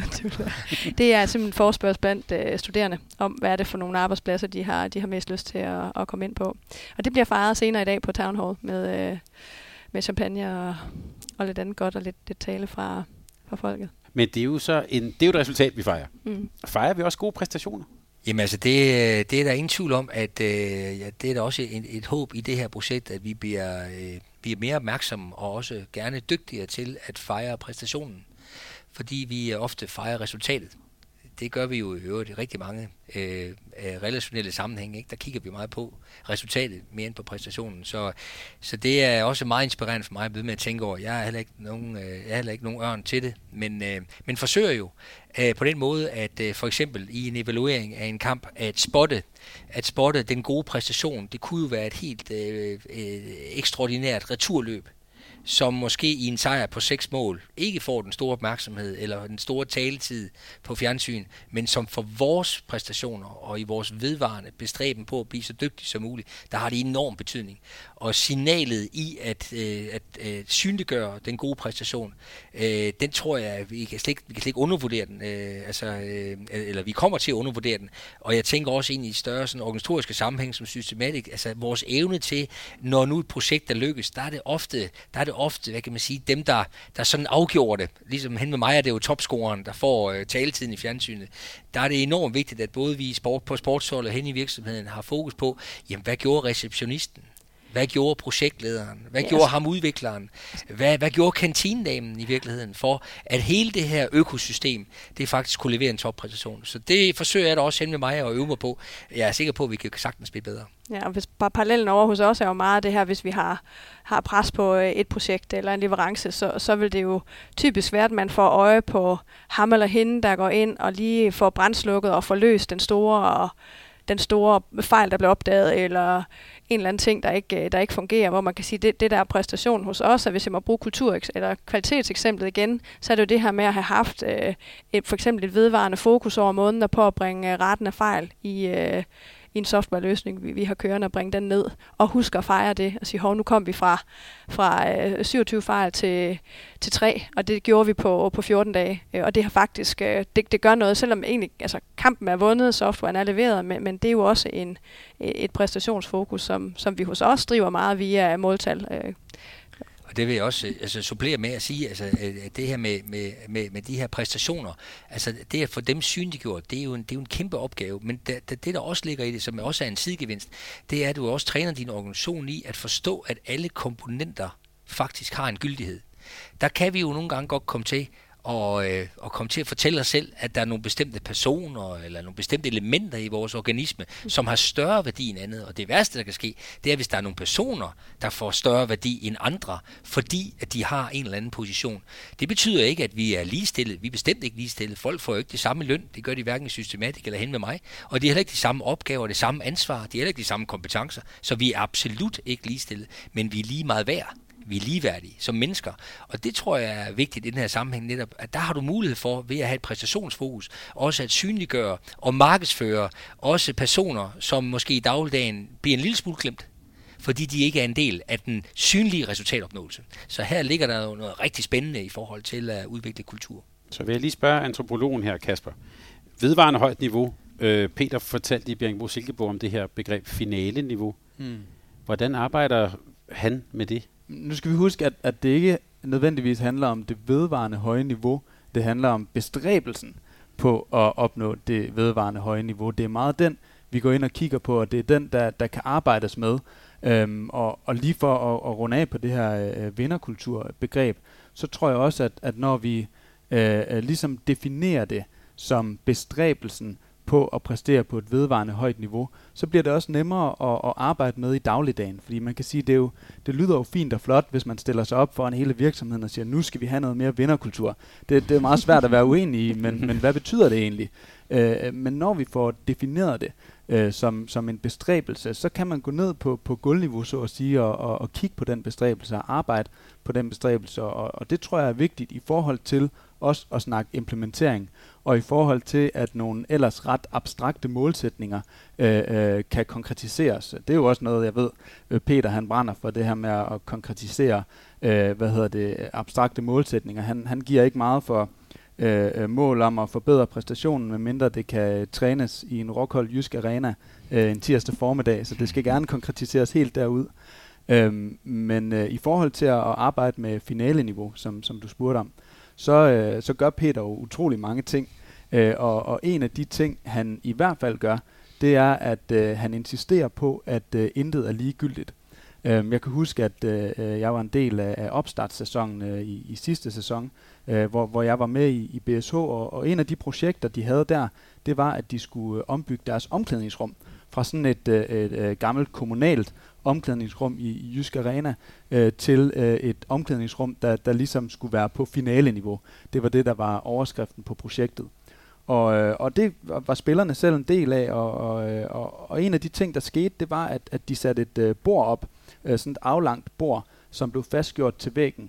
Det er simpelthen forespørgsel blandt studerende om, hvad er det for nogle arbejdspladser, de har mest lyst til at komme ind på. Og det bliver fejret senere i dag på Town Hall med champagne og lidt andet godt og lidt tale fra folket.
Men det er jo så det er jo et resultat, vi fejrer. Fejrer vi også gode præstationer?
Jamen altså, det er der ingen tvivl om, at det er der også et håb i det her projekt, at vi bliver mere opmærksomme og også gerne dygtigere til at fejre præstationen. Fordi vi ofte fejrer resultatet. det gør vi jo i øvrigt i rigtig mange relationelle sammenhænge, ikke? Der kigger vi meget på resultatet, mere end på præstationen. Så det er også meget inspirerende for mig at blive med at tænke over. Jeg er heller ikke nogen ørn til det, men forsøger jo på den måde, at for eksempel i en evaluering af en kamp, at spotte den gode præstation. Det kunne jo være et helt ekstraordinært returløb, som måske i en sejr på 6 mål ikke får den store opmærksomhed eller den store taletid på fjernsyn, men som for vores præstationer og i vores vedvarende bestræben på at blive så dygtig som muligt, der har det enorm betydning. Og signalet i at synliggøre den gode præstation, den tror jeg, vi kan slet ikke undervurdere den, eller vi kommer til at undervurdere den. Og jeg tænker også ind i større sådan organisatoriske sammenhæng som systematik, altså vores evne til, når nu et projekt er lykkes, der er det ofte, hvad kan man sige, dem der sådan afgjorde det, ligesom hen med mig er det jo topscoreren, der får taletiden i fjernsynet. Der er det enormt vigtigt, at både vi på sportsholdet og hen i virksomheden har fokus på, jamen hvad gjorde receptionisten? Hvad gjorde projektlederen? Hvad gjorde ham udvikleren? Hvad gjorde kantinedamen i virkeligheden for, at hele det her økosystem, det faktisk kunne levere en toppræstation? Så det forsøger jeg da også hen med mig at øve mig på. Jeg er sikker på, at vi kan sagtens blive bedre.
Ja, og hvis bare parallellen over hos os er jo meget det her, hvis vi har pres på et projekt eller en leverance, så vil det jo typisk være, at man får øje på ham eller hende, der går ind og lige får brandslukket og får løst den store fejl, der bliver opdaget, eller en eller anden ting, der ikke fungerer, hvor man kan sige, det der er præstation hos os, at hvis jeg må bruge eller kvalitetseksemplet igen, så er det jo det her med at have haft for eksempel et vedvarende fokus over måneder på at bringe raten af fejl i en softwareløsning, vi har kørende, og bringe den ned, og huske at fejre det, og sige, nu kom vi fra 27 fejl til 3, og det gjorde vi på 14 dage, og det har faktisk, det gør noget, selvom egentlig, altså kampen er vundet, softwaren er leveret, men det er jo også et præstationsfokus, som vi hos os driver meget via måltal.
Og det vil jeg også supplere med at sige, det her med de her præstationer, altså det at få dem synliggjort, det er jo en kæmpe opgave, men det der også ligger i det, som også er en sidegevinst, det er, at du også træner din organisation i at forstå, at alle komponenter faktisk har en gyldighed. Der kan vi jo nogle gange godt komme til og komme til at fortælle os selv, at der er nogle bestemte personer eller nogle bestemte elementer i vores organisme, som har større værdi end andet. Og det værste, der kan ske, det er, hvis der er nogle personer, der får større værdi end andre, fordi at de har en eller anden position. Det betyder ikke, at vi er ligestillet. Vi er bestemt ikke ligestillet. Folk får jo ikke det samme løn. Det gør de hverken i systematik eller hen med mig. Og de har heller ikke de samme opgaver, det samme ansvar. De har heller ikke de samme kompetencer. Så vi er absolut ikke ligestillet. Men vi er lige meget værd. Vi er ligeværdige som mennesker. Og det tror jeg er vigtigt i den her sammenhæng netop, at der har du mulighed for, ved at have et præstationsfokus, også at synliggøre og markedsføre også personer, som måske i dagligdagen bliver en lille smule glemt, fordi de ikke er en del af den synlige resultatopnåelse. Så her ligger der jo noget rigtig spændende i forhold til at udvikle kultur.
Så vil jeg lige spørge antropologen her, Kasper. Vedvarende højt niveau. Peter fortalte i Bjerringbro-Silkeborg om det her begreb finale-niveau. Hvordan arbejder han med det?
Nu skal vi huske, at det ikke nødvendigvis handler om det vedvarende høje niveau. Det handler om bestræbelsen på at opnå det vedvarende høje niveau. Det er meget den, vi går ind og kigger på, og det er den, der kan arbejdes med. Og lige for at runde af på det her vinderkulturbegreb, så tror jeg også, at når vi ligesom definerer det som bestræbelsen på at præstere på et vedvarende højt niveau, så bliver det også nemmere at arbejde med i dagligdagen. Fordi man kan sige, det lyder jo fint og flot, hvis man stiller sig op foran hele virksomheden og siger, nu skal vi have noget mere vinderkultur. Det er meget svært at være uenig i, men hvad betyder det egentlig? Men når vi får defineret det som en bestræbelse, så kan man gå ned på gulvniveau, så at sige, og kigge på den bestræbelse og arbejde på den bestræbelse. Og det tror jeg er vigtigt i forhold til også at snakke implementering, og i forhold til, at nogle ellers ret abstrakte målsætninger kan konkretiseres. Det er jo også noget, jeg ved, Peter han brænder for det her med at konkretisere abstrakte målsætninger. Han giver ikke meget for mål om at forbedre præstationen, medmindre det kan trænes i en rockhold jysk arena en tirsdag formiddag, så det skal gerne konkretiseres helt derud. Men i forhold til at arbejde med finaleniveau, som du spurgte om, så gør Peter jo utrolig mange ting. Og en af de ting, han i hvert fald gør, det er, at han insisterer på, at intet er ligegyldigt. Jeg kan huske, at jeg var en del af opstartssæsonen i sidste sæson, hvor jeg var med i BSH, og en af de projekter, de havde der, det var, at de skulle ombygge deres omklædningsrum fra sådan et gammelt kommunalt omklædningsrum i Jysk Arena til et omklædningsrum, der ligesom skulle være på finaleniveau. Det var det, der var overskriften på projektet. Og det var spillerne selv en del af, og en af de ting, der skete, det var, at de satte et bord op, sådan et aflangt bord, som blev fastgjort til væggen.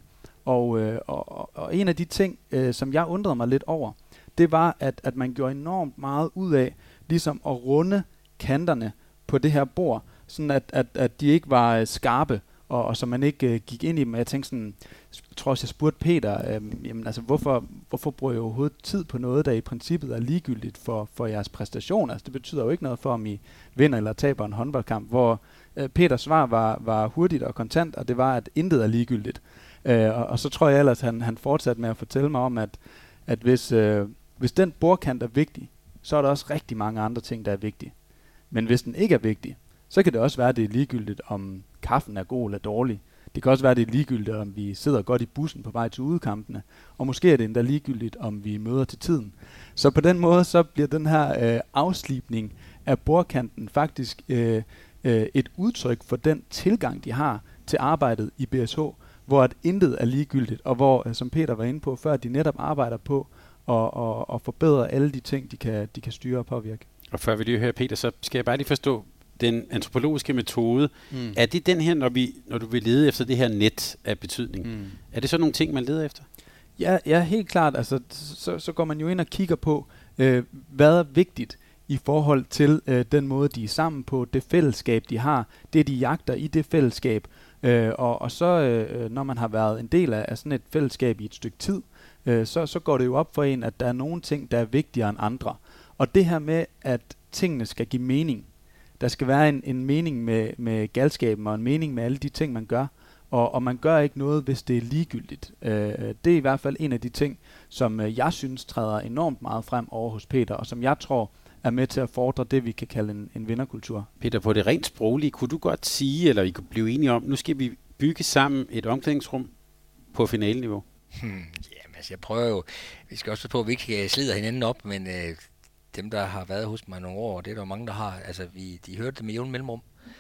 Og en af de ting, som jeg undrede mig lidt over, det var, at man gjorde enormt meget ud af, ligesom at runde kanterne på det her bord, sådan at de ikke var skarpe, og så man ikke gik ind i dem. Jeg tænkte sådan, jeg tror også, jeg spurgte Peter, jamen altså, hvorfor bruger jeg overhovedet tid på noget, der i princippet er ligegyldigt for jeres præstation? Altså, det betyder jo ikke noget for, om I vinder eller taber en håndboldkamp, hvor Peters svar var hurtigt og kontant, og det var, at intet er ligegyldigt. Og så tror jeg ellers, han fortsatte med at fortælle mig om, at hvis den bordkant er vigtig, så er der også rigtig mange andre ting, der er vigtige. Men hvis den ikke er vigtig, så kan det også være, at det er ligegyldigt, om kaffen er god eller dårlig. Det kan også være, at det er ligegyldigt, om vi sidder godt i bussen på vej til udekampene. Og måske er det endda ligegyldigt, om vi møder til tiden. Så på den måde, så bliver den her afslibning af bordkanten faktisk et udtryk for den tilgang, de har til arbejdet i BSH, hvor at intet er ligegyldigt, og hvor, som Peter var inde på før, de netop arbejder på at forbedre alle de ting, de kan styre og påvirke.
Og før vi lige hører Peter, så skal jeg bare lige forstå, den antropologiske metode, er det den her, når du vil lede efter det her net af betydning? Er det så nogle ting, man leder efter?
Ja, helt klart. Altså, så går man jo ind og kigger på, hvad er vigtigt i forhold til den måde, de er sammen på, det fællesskab, de har, det de jagter i det fællesskab. Og så, når man har været en del af sådan et fællesskab i et stykke tid, så går det jo op for en, at der er nogle ting, der er vigtigere end andre. Og det her med, at tingene skal give mening, der skal være en mening med galskaben og en mening med alle de ting, man gør. Og man gør ikke noget, hvis det er ligegyldigt. Det er i hvert fald en af de ting, som jeg synes træder enormt meget frem over hos Peter, og som jeg tror er med til at fordre det, vi kan kalde en vinderkultur.
Peter, på det rent sproglige, kunne du godt sige, eller I kunne blive enige om, nu skal vi bygge sammen et omklædningsrum på finaleniveau?
Jamen altså, jeg prøver jo, vi skal også på, at vi ikke slider hinanden op, men dem, der har været hos mig nogle år, det er der mange, der har, altså de hørte det med jævn mellemrum.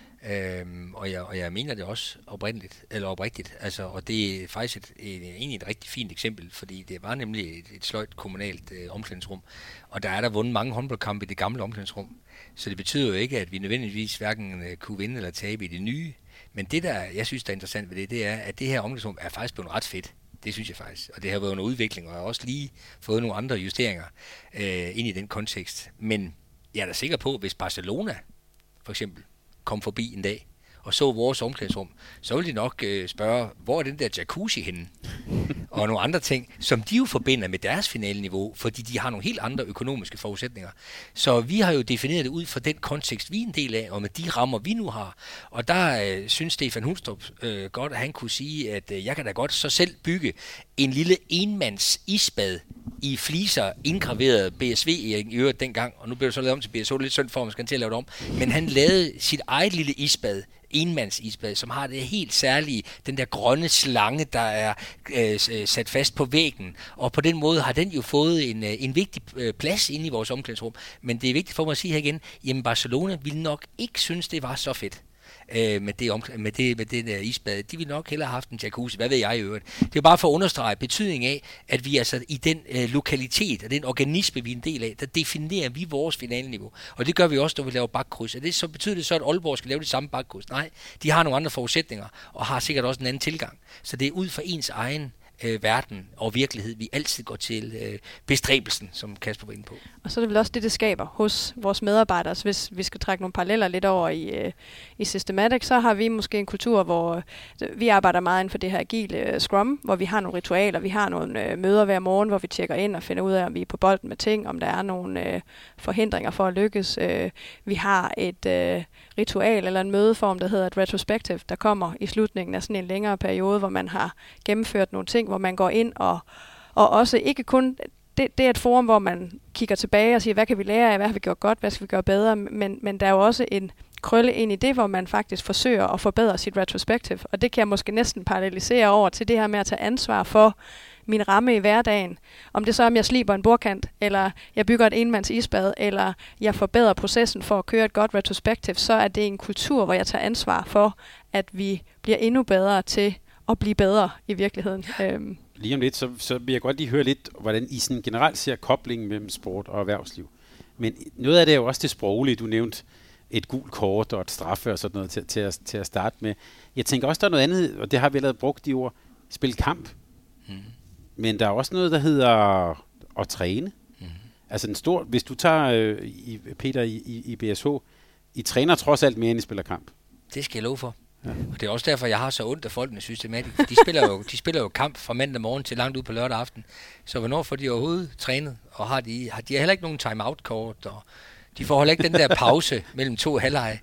Og jeg mener det også oprigtigt. Altså, og det er faktisk egentlig et rigtig fint eksempel, fordi det var nemlig et sløjt kommunalt omklædningsrum, og der er der vundet mange håndboldkampe i det gamle omklædningsrum. Så det betyder jo ikke, at vi nødvendigvis hverken kunne vinde eller tabe i det nye. Men det, der jeg synes, der er interessant ved det er, at det her omklædningsrum er faktisk blevet ret fedt. Det synes jeg faktisk. Og det har været en udvikling, og jeg har også lige fået nogle andre justeringer ind i den kontekst. Men jeg er da sikker på, hvis Barcelona for eksempel kom forbi en dag og så vores omklædningsrum, så ville de nok spørge, hvor er den der jacuzzi henne? Og nogle andre ting, som de jo forbinder med deres finaleniveau, fordi de har nogle helt andre økonomiske forudsætninger. Så vi har jo defineret det ud fra den kontekst, vi er en del af, og med de rammer, vi nu har. Og der synes Stefan Hulstrup godt, at han kunne sige, at jeg kan da godt så selv bygge en lille enmands isbad i fliser indgraveret BSV i øvrigt dengang, og nu bliver det så lavet om til BSV, lidt synd for, at man skal til at lave det om, men han lavede sit eget lille isbad, enmands isbad, som har det helt særlige, den der grønne slange, der er sat fast på væggen, og på den måde har den jo fået en vigtig plads inde i vores omklædningsrum, men det er vigtigt for mig at sige her igen, jamen Barcelona ville nok ikke synes, det var så fedt. Med det isbad. De ville nok hellere have haft en jacuzzi. Hvad ved jeg i øvrigt? Det er bare for at understrege betydningen af, at vi altså i den lokalitet og den organisme, vi er en del af, der definerer vi vores finaleniveau. Og det gør vi også, når vi laver bakkryds. Så betyder det så, at Aalborg skal lave det samme bakkryds? Nej, de har nogle andre forudsætninger og har sikkert også en anden tilgang. Så det er ud fra ens egen verden og virkelighed, vi altid går til bestræbelsen, som Kasper var inde på.
Og så er det vel også det skaber hos vores medarbejdere. Så hvis vi skal trække nogle paralleller lidt over i Systematic, så har vi måske en kultur, hvor vi arbejder meget inden for det her agile Scrum, hvor vi har nogle ritualer, vi har nogle møder hver morgen, hvor vi tjekker ind og finder ud af, om vi er på bolden med ting, om der er nogle forhindringer for at lykkes. Vi har et ritual eller en mødeform, der hedder et retrospective, der kommer i slutningen af sådan en længere periode, hvor man har gennemført nogle ting, hvor man går ind og også ikke kun... Det er et forum, hvor man kigger tilbage og siger, hvad kan vi lære af, hvad har vi gjort godt, hvad skal vi gøre bedre, men der er jo også en krølle ind i det, hvor man faktisk forsøger at forbedre sit retrospective. Og det kan jeg måske næsten parallelisere over til det her med at tage ansvar for min ramme i hverdagen. Om det så er, om jeg sliber en bordkant, eller jeg bygger et enmands isbad, eller jeg forbedrer processen for at køre et godt retrospective, så er det en kultur, hvor jeg tager ansvar for, at vi bliver endnu bedre til at blive bedre i virkeligheden.
Lige om lidt, så vil jeg godt lige høre lidt, hvordan I sådan generelt ser koblingen mellem sport og erhvervsliv. Men noget af det er jo også det sproglige. Du nævnte et gult kort og et straffe og sådan noget til at starte med. Jeg tænker også, der er noget andet, og det har vi allerede brugt de ord, spil kamp. Men der er også noget, der hedder at træne. Altså en stor, hvis du tager Peter i BSH, I træner trods alt mere, end I spiller kamp.
Det skal jeg love for.
Ja.
Og det er også derfor, jeg har så ondt af folkene systematisk. De spiller jo kamp fra mandag morgen til langt ud på lørdag aften. Så hvornår får de overhovedet trænet? Og de har heller ikke nogen time-out-kort, og de får heller ikke den der pause mellem 2 halvleje.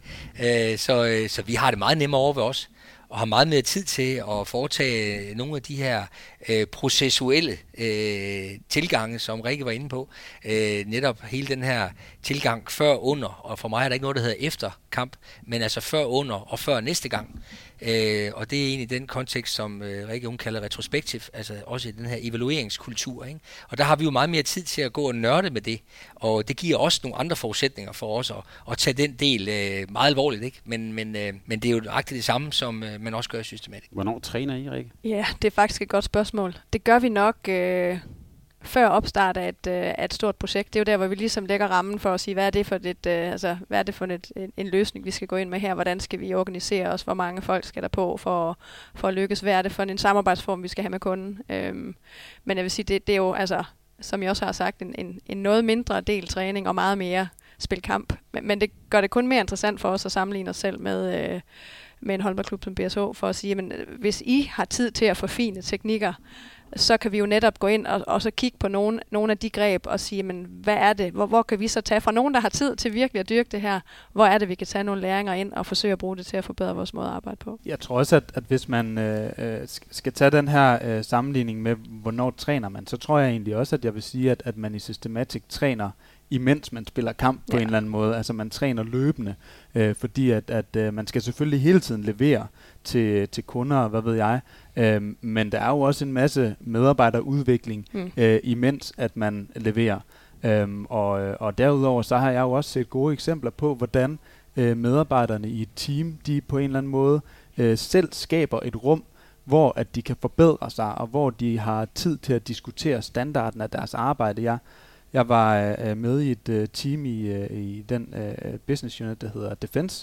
Så vi har det meget nemmere over ved os, og har meget mere tid til at foretage nogle af de her processuelle tilgange, som Rikke var inde på. Netop hele den her tilgang før, under, og for mig er der ikke noget, der hedder efter kamp, men altså før, under og før næste gang. Og det er egentlig den kontekst, som Rikke hun kalder retrospektiv, altså også i den her evalueringskultur. Ikke? Og der har vi jo meget mere tid til at gå og nørde med det, og det giver også nogle andre forudsætninger for os at tage den del meget alvorligt. Ikke? Men det er jo nøjagtigt det samme, som man også gør systematisk.
Hvornår træner I, Rikke?
Ja, det er faktisk et godt spørgsmål. Det gør vi nok før opstart af et stort projekt. Det er jo der, hvor vi ligesom lægger rammen for at sige, hvad er det for en løsning, vi skal gå ind med her? Hvordan skal vi organisere os? Hvor mange folk skal der på for at lykkes? Hvad er det for en samarbejdsform, vi skal have med kunden? Men jeg vil sige, det er jo, altså, som jeg også har sagt, en noget mindre del træning og meget mere spil kamp. Men det gør det kun mere interessant for os at sammenligne os selv med en håndboldklub som BSH, for at sige, at hvis I har tid til at forfine teknikker, så kan vi jo netop gå ind og så kigge på nogle af de greb og sige, men hvad er det? Hvor kan vi så tage fra nogen, der har tid til virkelig at dyrke det her? Hvor er det, vi kan tage nogle læringer ind og forsøge at bruge det til at forbedre vores måde at arbejde på?
Jeg tror også, at hvis man skal tage den her sammenligning med, hvornår træner man, så tror jeg egentlig også, at jeg vil sige, at man i Systematic træner, imens man spiller kamp på en eller anden måde. Altså man træner løbende, fordi at man skal selvfølgelig hele tiden levere til kunder, hvad ved jeg. Men der er jo også en masse medarbejderudvikling, imens at man leverer. Og derudover så har jeg jo også set gode eksempler på, hvordan medarbejderne i et team, de på en eller anden måde selv skaber et rum, hvor at de kan forbedre sig, og hvor de har tid til at diskutere standarden af deres arbejde. Jeg var med i et team i den business unit, der hedder Defense,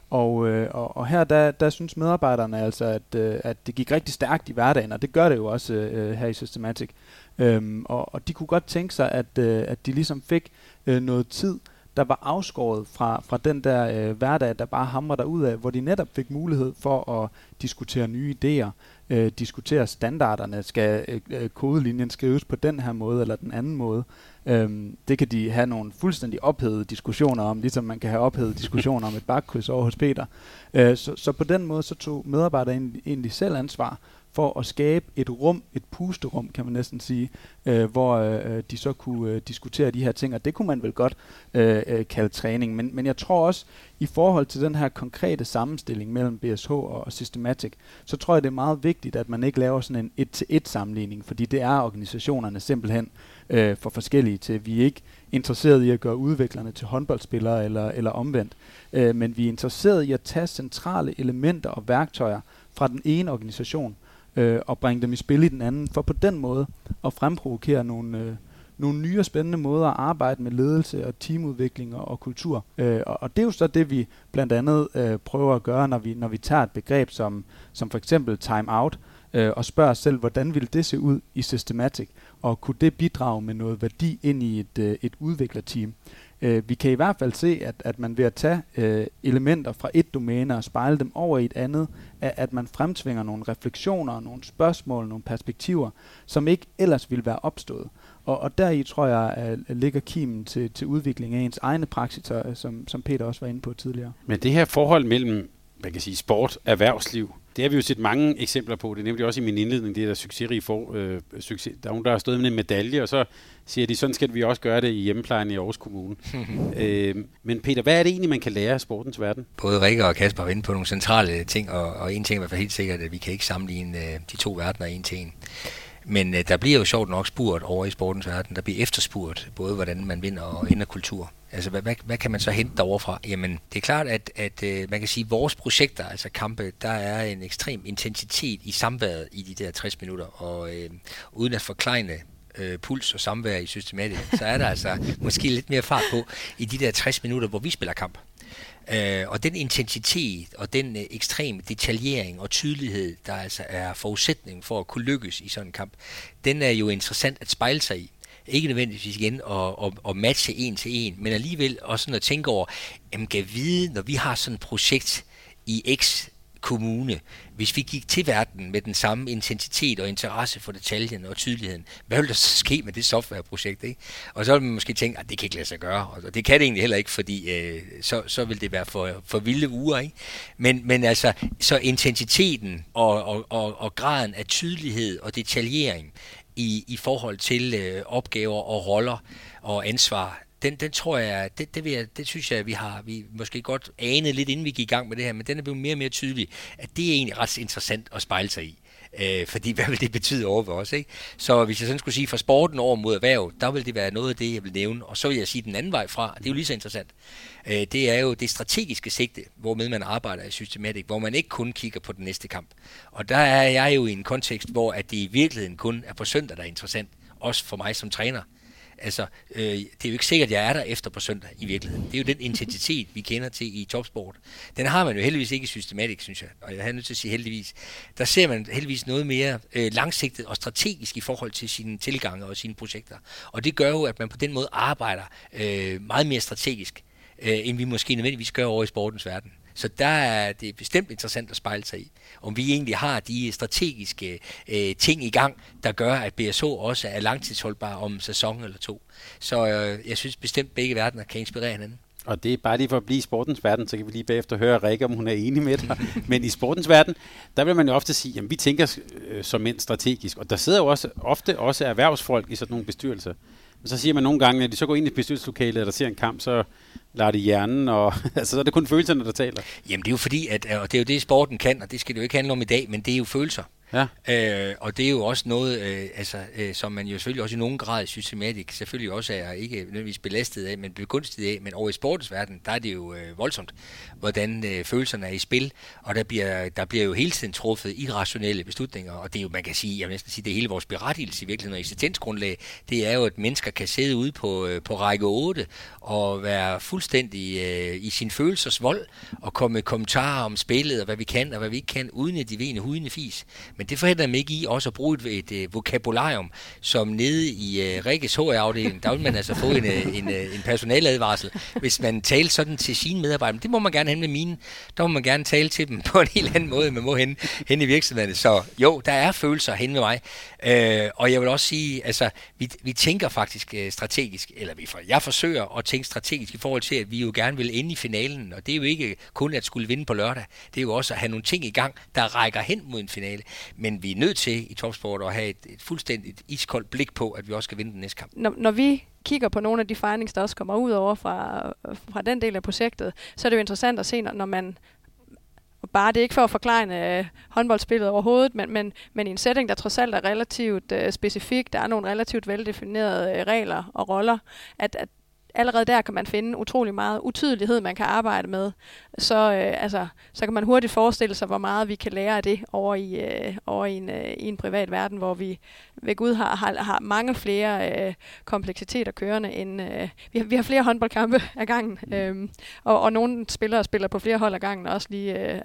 og her der synes medarbejderne altså, at det gik rigtig stærkt i hverdagen, og det gør det jo også her i Systematic. Og de kunne godt tænke sig, at de ligesom fik noget tid, der var afskåret fra den der hverdag, der bare hamrer derud af, hvor de netop fik mulighed for at diskutere nye idéer, diskutere standarderne, skal kodelinjen skrives på den her måde eller den anden måde. Det kan de have nogle fuldstændig ophedede diskussioner om, ligesom man kan have ophedede diskussioner om et bakkryds over hos Peter. Så på den måde så tog medarbejdere egentlig selv ansvar for at skabe et rum, et pusterum, kan man næsten sige, hvor de så kunne diskutere de her ting, og det kunne man vel godt kalde træning. Men jeg tror også, i forhold til den her konkrete sammenstilling mellem BSH og Systematic, så tror jeg, det er meget vigtigt, at man ikke laver sådan en 1-til-1 sammenligning, fordi det er organisationerne simpelthen for forskellige til. Vi er ikke interesseret i at gøre udviklerne til håndboldspillere eller omvendt, men vi er interesseret i at tage centrale elementer og værktøjer fra den ene organisation, og bringe dem i spil i den anden, for på den måde at fremprovokere nogle nye og spændende måder at arbejde med ledelse og teamudvikling og kultur. Og det er jo så det, vi blandt andet prøver at gøre, når vi tager et begreb som for eksempel time-out, og spørger os selv, hvordan ville det se ud i Systematic, og kunne det bidrage med noget værdi ind i et udviklerteam. Vi kan i hvert fald se, at man ved at tage elementer fra et domæne og spejle dem over i et andet, at man fremtvinger nogle refleksioner, nogle spørgsmål, nogle perspektiver, som ikke ellers ville være opstået. Og deri tror jeg ligger kimen til udvikling af ens egne praksiser, som Peter også var inde på tidligere.
Men det her forhold mellem, man kan sige, sport, erhvervsliv Det har vi jo set mange eksempler på. Det nævnte jeg også i min indledning, det der succesrige succes. Der er nogen, der har stået med en medalje, og så siger de, sådan skal vi også gøre det i hjemmeplejen i Aarhus Kommune. Men Peter, hvad er det egentlig, man kan lære af sportens verden?
Både Rikke og Kasper var inde på nogle centrale ting, og en ting er i hvert fald helt sikkert, at vi kan ikke sammenligne de to verdener en til en. Men der bliver jo sjovt nok spurgt over i sportens verden. Der bliver efterspurgt både, hvordan man vinder og ender kultur. Altså, hvad kan man så hente deroverfra? Jamen, det er klart, at man kan sige, at vores projekter, altså kampe, der er en ekstrem intensitet i samværet i de der 60 minutter. Og uden at forklejne puls og samvær i systematik, så er der altså måske lidt mere fart på i de der 60 minutter, hvor vi spiller kamp. Og den intensitet og den ekstreme detaljering og tydelighed, der altså er forudsætning for at kunne lykkes i sådan en kamp, den er jo interessant at spejle sig i. Ikke nødvendigvis igen at matche en til en, men alligevel også sådan at tænke over, jamen kan vide, når vi har sådan et projekt i X kommune, hvis vi gik til verden med den samme intensitet og interesse for detaljen og tydeligheden, hvad ville der så ske med det softwareprojekt, ikke? Og så ville man måske tænke, at det kan ikke lade sig gøre, og det kan det egentlig heller ikke, fordi så vil det være for vilde uger, ikke? Men altså, så intensiteten og graden af tydelighed og detaljering i forhold til opgaver og roller og ansvar, den tror jeg, det synes jeg, vi måske godt anede lidt, inden vi gik i gang med det her, men den er blevet mere og mere tydelig, at det er egentlig ret interessant at spejle sig i. Fordi hvad vil det betyde over for os, ikke? Så hvis jeg sådan skulle sige fra sporten over mod erhverv, der vil det være noget af det, jeg vil nævne. Og så vil jeg sige den anden vej fra, det er jo lige så interessant. Det er jo det strategiske sigte, hvormed man arbejder i systematik, hvor man ikke kun kigger på den næste kamp. Og der er jeg jo i en kontekst, hvor at det i virkeligheden kun er på søndag, der er interessant. Også for mig som træner. Altså, det er jo ikke sikkert, at jeg er der efter på søndag i virkeligheden. Det er jo den intensitet, vi kender til i topsport. Den har man jo heldigvis ikke i systematik, synes jeg. Og jeg har nødt til at sige heldigvis. Der ser man heldigvis noget mere langsigtet og strategisk i forhold til sine tilgange og sine projekter. Og det gør jo, at man på den måde arbejder meget mere strategisk, end vi måske nødvendigvis gør over i sportens verden. Så der er det bestemt interessant at spejle sig i, om vi egentlig har de strategiske ting i gang, der gør, at BSO også er langtidsholdbar om en sæson eller to. Så jeg synes bestemt, begge verdener kan inspirere hinanden.
Og det er bare lige for at blive i sportens verden, så kan vi lige bagefter høre Rikke, om hun er enig med dig. Men i sportens verden, der vil man jo ofte sige, at vi tænker som mænd strategisk, og der sidder jo ofte også erhvervsfolk i sådan nogle bestyrelser. Men så siger man nogle gange, at de så går ind i bestyrelseslokalet, og der ser en kamp, så lader det hjernen, og altså, så er det kun følelserne, der taler.
Jamen det er jo fordi, og det er jo det, sporten kan, og det skal det jo ikke handle om i dag, men det er jo følelser.
Ja.
Og det er jo også noget, som man jo selvfølgelig også i nogen grad systematisk selvfølgelig også er ikke nødvendigvis belastet af, men begunstiget af, men over i sportens verden, der er det jo voldsomt, hvordan følelserne er i spil, og der bliver jo hele tiden truffet irrationelle beslutninger, og det er jo, man kan sige, jeg vil næsten sige, det er hele vores berettigelse i virkeligheden og eksistensgrundlag, det er jo, at mennesker kan sidde ude på række 8 og være fuldstændig i sin følelsers vold, og komme med kommentarer om spillet, og hvad vi kan, og hvad vi ikke kan, uden at de ved en hudende fis. Men det forhindrer dem ikke i også at bruge et vokabularium, som nede i Rikkes HR-afdeling, der vil man altså få en personaladvarsel, hvis man taler sådan til sine medarbejdere. Det må man gerne hen med mine. Der må man gerne tale til dem på en helt anden måde, man må hen i virksomhederne. Så jo, der er følelser hen med mig. Og jeg vil også sige, altså, vi tænker faktisk strategisk, eller jeg forsøger at tænke strategisk i forhold til, at vi jo gerne vil ind i finalen, og det er jo ikke kun at skulle vinde på lørdag. Det er jo også at have nogle ting i gang, der rækker hen mod en finale. Men vi er nødt til i topsport at have et fuldstændigt iskoldt blik på, at vi også skal vinde den næste kamp.
Når vi kigger på nogle af de findings, der også kommer ud over fra den del af projektet, så er det jo interessant at se, når man bare, det er ikke for at forklejne håndboldspillet overhovedet, men i en setting, der trods alt er relativt specifik, der er nogle relativt veldefinerede regler og roller, at allerede der kan man finde utrolig meget utydelighed, man kan arbejde med. Så kan man hurtigt forestille sig, hvor meget vi kan lære af det over i en privat verden, hvor vi ved Gud har mange flere kompleksiteter kørende end vi har flere håndboldkampe ad gangen, og nogle spillere spiller på flere hold ad gangen også lige.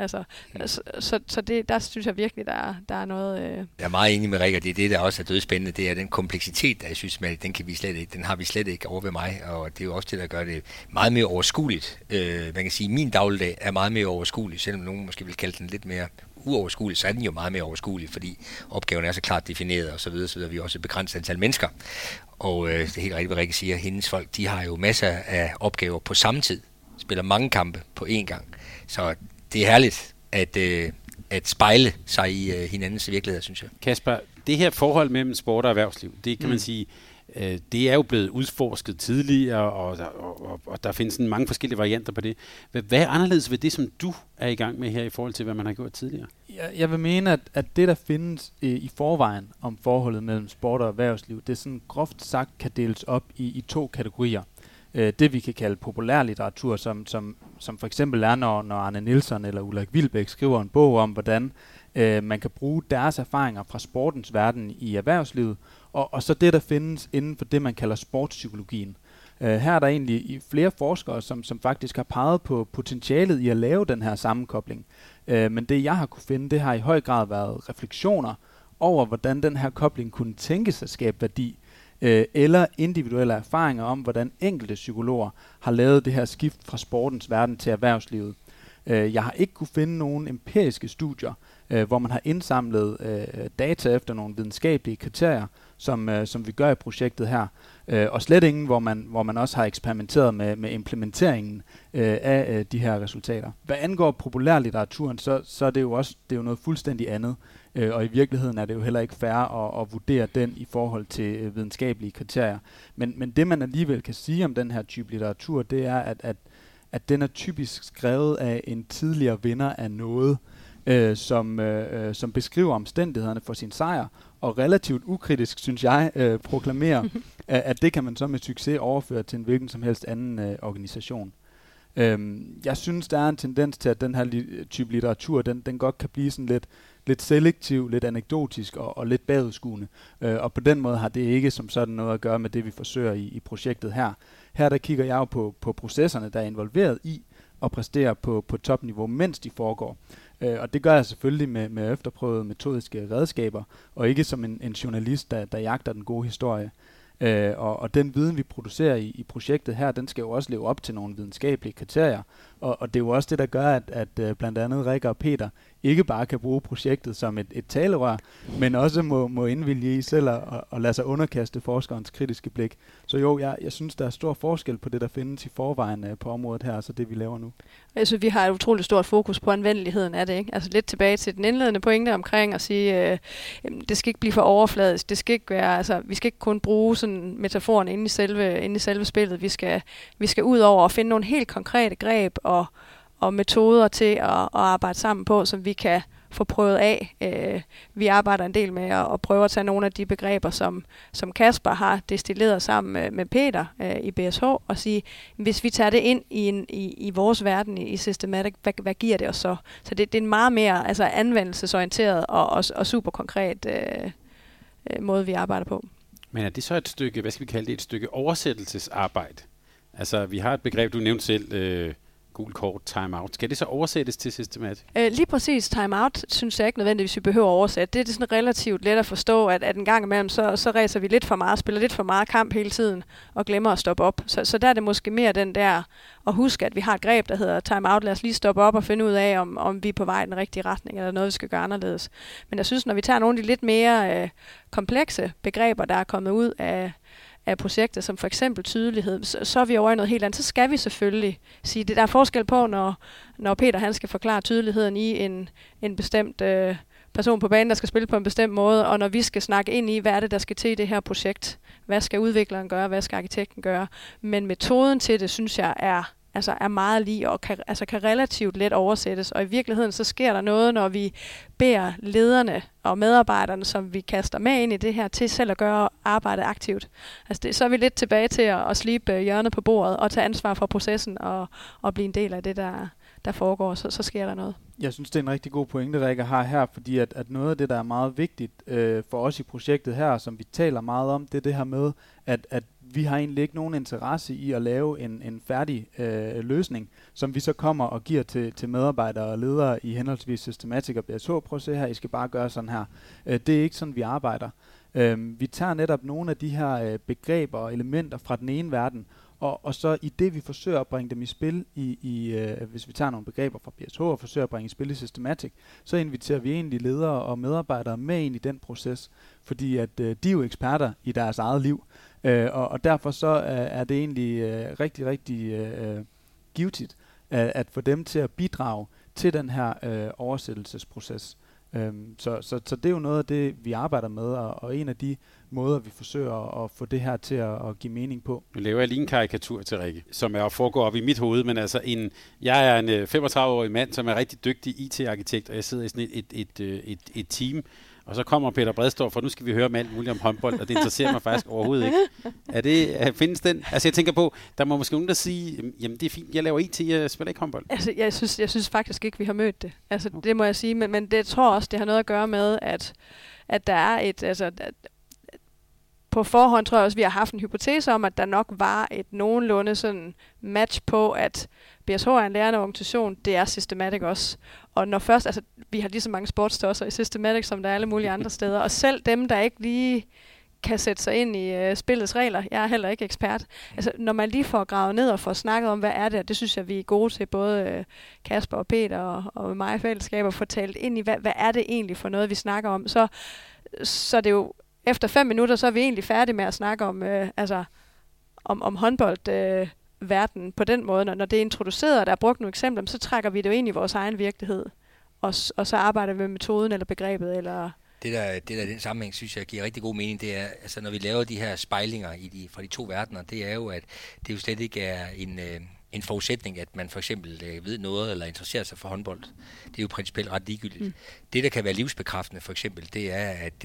Så det, der synes jeg virkelig, der er noget.
Jeg er meget enig med Rikke, og det er det, der også er dødspændende. Det er den kompleksitet, der jeg synes, den har vi slet ikke over ved mig, og det er jo også det, der gør det meget mere overskueligt. Man kan sige, at min dagligdag er meget mere overskuelig, selvom nogen måske vil kalde den lidt mere uoverskuelig, så er den jo meget mere overskuelig, fordi opgaven er så klart defineret, og så videre, så videre. Vi er også et begrænset antal mennesker. Og det er helt rigtigt, hvad Rikke siger. Hendes folk, de har jo masser af opgaver på samme tid. Spiller mange kampe på én gang. Så det er herligt, at spejle sig i hinandens virkelighed, synes jeg.
Kasper, det her forhold mellem sport og erhvervsliv, det kan man sige, det er jo blevet udforsket tidligere, og der findes mange forskellige varianter på det. Hvad er anderledes ved det, som du er i gang med her, i forhold til, hvad man har gjort tidligere?
Jeg vil mene, at det, der findes i forvejen om forholdet mellem sport og erhvervsliv, det sådan groft sagt kan deles op i 2 kategorier. Det, vi kan kalde populærlitteratur, som for eksempel er, når Arne Nielsen eller Ulrik Wilbæk skriver en bog om, hvordan man kan bruge deres erfaringer fra sportens verden i erhvervslivet, og så det, der findes inden for det, man kalder sportspsykologien. Her er der egentlig flere forskere, som faktisk har peget på potentialet i at lave den her sammenkobling. Men det, jeg har kunne finde, det har i høj grad været refleksioner over, hvordan den her kobling kunne tænkes at skabe værdi, eller individuelle erfaringer om, hvordan enkelte psykologer har lavet det her skift fra sportens verden til erhvervslivet. Jeg har ikke kunne finde nogen empiriske studier, hvor man har indsamlet data efter nogle videnskabelige kriterier, som vi gør i projektet her. Og slet ingen, hvor man også har eksperimenteret med implementeringen af de her resultater. Hvad angår populærlitteraturen, så er det jo noget fuldstændig andet. Og i virkeligheden er det jo heller ikke fair at vurdere den i forhold til videnskabelige kriterier. Men det, man alligevel kan sige om den her type litteratur, det er, at den er typisk skrevet af en tidligere vinder af noget, som beskriver omstændighederne for sin sejr, og relativt ukritisk, synes jeg, proklamerer, at det kan man så med succes overføre til en hvilken som helst anden organisation. Jeg synes, der er en tendens til, at den her type litteratur, den godt kan blive sådan lidt selektiv, lidt anekdotisk og lidt bagudskuende. Og på den måde har det ikke som sådan noget at gøre med det, vi forsøger i projektet her. Her der kigger jeg jo på processerne, der er involveret i at præstere på topniveau, mens de foregår. Og det gør jeg selvfølgelig med efterprøvede metodiske redskaber, og ikke som en journalist, der jagter den gode historie. Og den viden, vi producerer i projektet her, den skal jo også leve op til nogle videnskabelige kriterier. Og det er jo også det, der gør, at blandt andet Rikke og Peter ikke bare kan bruge projektet som et talerør, men også må indvilge i selv at lade sig underkaste forskerens kritiske blik. Så jo, jeg synes, der er stor forskel på det, der findes i forvejen på området her, så det vi laver nu. Altså,
vi har et utroligt stort fokus på anvendeligheden af det, ikke? Altså lidt tilbage til den indledende pointe omkring at sige, det skal ikke blive for overfladisk, det skal ikke være, altså vi skal ikke kun bruge sådan metaforen inde i selve spillet, vi skal ud over og finde nogle helt konkrete greb og metoder til at arbejde sammen på, som vi kan få prøvet af. Vi arbejder en del med at prøve at tage nogle af de begreber, som Kasper har destilleret sammen med Peter i BSH, og sige, hvis vi tager det ind i vores verden i Systematic, hvad giver det os så? Så det er en meget mere anvendelsesorienteret og super konkret måde, vi arbejder på.
Men er det så et stykke, hvad skal vi kalde det, et stykke oversættelsesarbejde? Altså, vi har et begreb, du nævnte selv, gul kort, time-out. Skal det så oversættes til Systematic?
Lige præcis time-out synes jeg ikke nødvendigvis, vi behøver at oversætte. Det er sådan relativt let at forstå, at en gang imellem, så ræser vi lidt for meget, spiller lidt for meget kamp hele tiden, og glemmer at stoppe op. Så der er det måske mere den der, at huske, at vi har et greb, der hedder time-out. Lad os lige stoppe op og finde ud af, om vi er på vej i den rigtige retning, eller noget, vi skal gøre anderledes. Men jeg synes, når vi tager nogle af de lidt mere komplekse begreber, der er kommet ud af projekter, som for eksempel tydelighed, så er vi over i noget helt andet. Så skal vi selvfølgelig sige, det der er forskel på, når Peter han skal forklare tydeligheden i en bestemt person på banen, der skal spille på en bestemt måde, og når vi skal snakke ind i, hvad er det, der skal til i det her projekt. Hvad skal udvikleren gøre? Hvad skal arkitekten gøre? Men metoden til det, synes jeg, er meget lige og kan relativt let oversættes. Og i virkeligheden, så sker der noget, når vi beder lederne og medarbejderne, som vi kaster med ind i det her, til selv at gøre arbejdet aktivt. Altså så er vi lidt tilbage til at slibe hjørnet på bordet og tage ansvar for processen og blive en del af det, der foregår. Så sker der noget. Jeg synes, det er en rigtig god pointe, Rikke har her, fordi at noget af det, der er meget vigtigt for os i projektet her, som vi taler meget om, det er det her med, at vi har egentlig ikke nogen interesse i at lave en færdig løsning, som vi så kommer og giver til medarbejdere og ledere i henholdsvis Systematic og BSH. Prøv at se her, I skal bare gøre sådan her. Det er ikke sådan, vi arbejder. Vi tager netop nogle af de her begreber og elementer fra den ene verden, og så i det, vi forsøger at bringe dem i spil, hvis vi tager nogle begreber fra BSH og forsøger at bringe i spil i Systematic, så inviterer vi egentlig ledere og medarbejdere med ind i den proces, fordi at de er jo eksperter i deres eget liv, og derfor så er det egentlig rigtig, rigtig givetigt at få dem til at bidrage
til den her oversættelsesproces. Så det er jo noget af det, vi arbejder med, og en af de måder, vi forsøger at få det her til at give mening på.
Nu laver jeg lige en karikatur til Rikke, som er at foregå op i mit hoved, men altså jeg er en 35-årig mand, som er rigtig dygtig IT-arkitekt, og jeg sidder i sådan et team, og så kommer Peter Bredstorff, for nu skal vi høre om alt muligt om håndbold, og det interesserer mig faktisk overhovedet ikke. Findes den? Altså jeg tænker på, der må måske nogen der sige, jamen det er fint, jeg laver IT, jeg spiller ikke håndbold.
Altså jeg synes faktisk ikke, vi har mødt det. Altså det må jeg sige, men det tror også, det har noget at gøre med, at der er et, altså på forhånd tror jeg også, vi har haft en hypotese om, at der nok var et nogenlunde sådan match på, at BSH er en lærende organisation, det er Systematic også. Og når først, altså vi har lige så mange sportstosser i Systematic, som der er alle mulige andre steder, og selv dem, der ikke lige kan sætte sig ind i spillets regler, jeg er heller ikke ekspert. Altså når man lige får gravet ned og får snakket om, hvad er det, det synes jeg, vi er gode til, både Kasper og Peter og mig i fællesskab, og få talt ind i, hvad er det egentlig for noget, vi snakker om. Så det er jo efter 5 minutter, så er vi egentlig færdige med at snakke om håndboldverden på den måde. Når det er introduceret, og der er brugt nogle eksempler, så trækker vi det jo ind i vores egen virkelighed. Og så arbejder vi med metoden eller begrebet. Eller
Det der i den sammenhæng, synes jeg, giver rigtig god mening, det er, altså når vi laver de her spejlinger fra de to verdener, det er jo, at det jo slet ikke er en forudsætning, at man for eksempel ved noget eller interesserer sig for håndbold. Det er jo principielt ret ligegyldigt. Det, der kan være livsbekræftende for eksempel, det er, at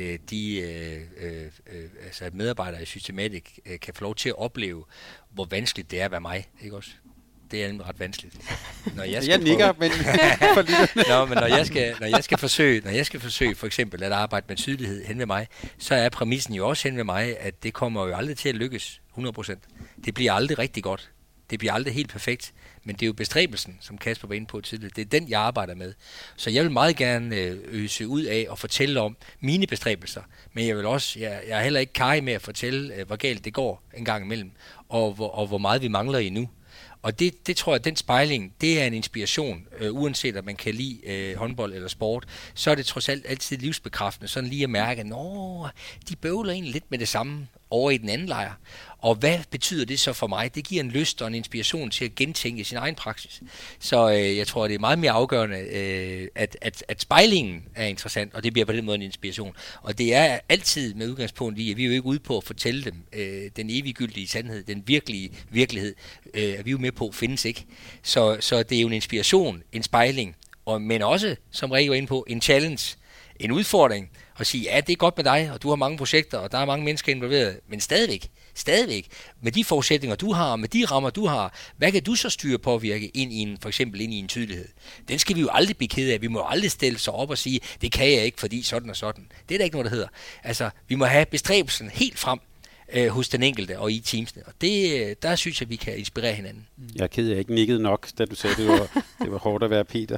at medarbejdere i Systematic kan få lov til at opleve, hvor vanskeligt det er at være mig, ikke også? Det er nemlig ret vanskeligt. Når jeg
nikker, men
men når jeg skal forsøge for eksempel at arbejde med tydelighed hen ved mig, så er præmissen jo også hen ved mig, at det kommer jo aldrig til at lykkes 100%. Det bliver aldrig rigtig godt. Det bliver aldrig helt perfekt, men det er jo bestræbelsen, som Kasper var inde på tidligere. Det er den, jeg arbejder med. Så jeg vil meget gerne øse ud af og fortælle om mine bestræbelser, men jeg vil også, jeg er heller ikke karrig med at fortælle, hvor galt det går en gang imellem, og hvor meget vi mangler endnu. Og det tror jeg, den spejling, det er en inspiration, uanset om man kan lide håndbold eller sport, så er det trods alt altid livsbekræftende, sådan lige at mærke, at de bøvler egentlig lidt med det samme over i den anden lejr. Og hvad betyder det så for mig? Det giver en lyst og en inspiration til at gentænke sin egen praksis. Så jeg tror, det er meget mere afgørende, at spejlingen er interessant, og det bliver på den måde en inspiration. Og det er altid med udgangspunkt i, at vi er jo ikke ude på at fortælle dem den eviggyldige sandhed, den virkelige virkelighed. Vi er jo med på, findes ikke. Så det er jo en inspiration, en spejling, men også, som Rikke var inde på, en challenge, en udfordring, og sige, ja, det er godt med dig, og du har mange projekter, og der er mange mennesker involveret, men stadigvæk, med de forudsætninger, du har, med de rammer, du har, hvad kan du så styre påvirke for eksempel ind i en tydelighed? Den skal vi jo aldrig blive ked af. Vi må jo aldrig stille sig op og sige, det kan jeg ikke, fordi sådan og sådan. Det er der ikke noget, der hedder. Altså, vi må have bestræbelsen helt frem hos den enkelte og i teamsene. Og der synes jeg, vi kan inspirere hinanden.
Jeg er ked af, jeg ikke nikkede nok, da du sagde, det var hårdt at være Peter.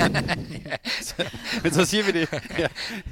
Men så siger vi det. Ja.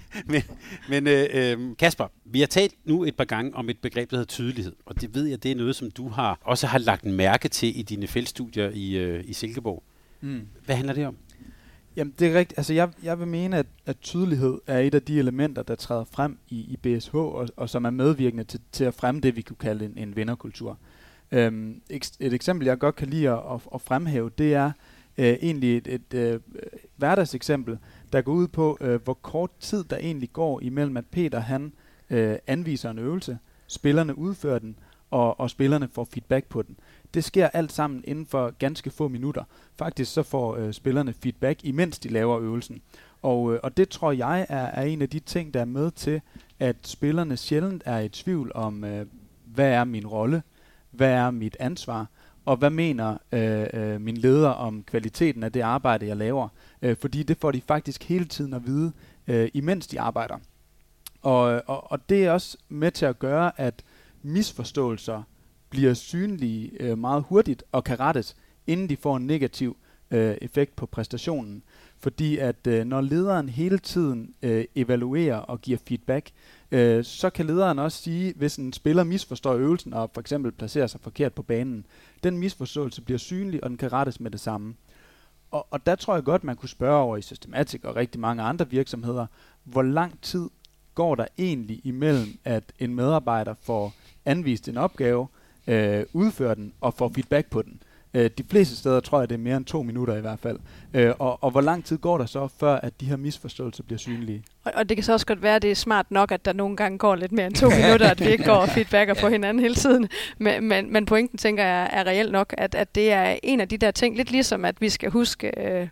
Men Kasper, vi har talt nu et par gange om et begreb, der hedder tydelighed. Og det ved jeg, det er noget, som du også har lagt mærke til i dine feltstudier i Silkeborg. Hvad handler det om?
Jamen, det er rigtigt. Altså, jeg vil mene, at tydelighed er et af de elementer, der træder frem i BSH, og som er medvirkende til at fremme det, vi kunne kalde en vinderkultur. Et eksempel, jeg godt kan lide at fremhæve, det er egentlig et hverdagseksempel, der går ud på, hvor kort tid der egentlig går imellem, at Peter han anviser en øvelse, spillerne udfører den, og spillerne får feedback på den. Det sker alt sammen inden for ganske få minutter. Faktisk så får spillerne feedback, imens de laver øvelsen. Og det tror jeg er en af de ting, der er med til, at spillerne sjældent er i tvivl om, hvad er min rolle, hvad er mit ansvar, og hvad mener min leder om kvaliteten af det arbejde, jeg laver. Fordi det får de faktisk hele tiden at vide, imens de arbejder. Og det er også med til at gøre, at misforståelser bliver synlige meget hurtigt og kan rettes, inden de får en negativ effekt på præstationen. Fordi at når lederen hele tiden evaluerer og giver feedback, så kan lederen også sige, hvis en spiller misforstår øvelsen og for eksempel placerer sig forkert på banen, den misforståelse bliver synlig, og den kan rettes med det samme. Og der tror jeg godt, man kunne spørge over i Systematic og rigtig mange andre virksomheder, hvor lang tid går der egentlig imellem, at en medarbejder får anvist en opgave, udfører den og får feedback på den. De fleste steder tror jeg, det er mere end 2 minutter i hvert fald. Og hvor lang tid går der så, før at de her misforståelser bliver synlige?
Og det kan så også godt være, at det er smart nok, at der nogle gange går lidt mere end 2 minutter, at vi ikke går og feedbacker på hinanden hele tiden. Men pointen, tænker jeg, er reelt nok, at det er en af de der ting, lidt ligesom at vi skal huske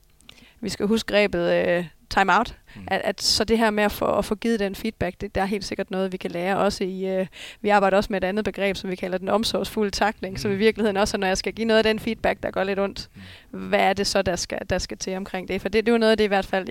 grebet time out. Så det her med at få givet den feedback, det er helt sikkert noget, vi kan lære. Også vi arbejder også med et andet begreb, som vi kalder den omsorgsfulde tackling, som i virkeligheden også, når jeg skal give noget af den feedback, der går lidt ondt, hvad er det så, der skal til omkring det? For det er jo noget af det i hvert fald.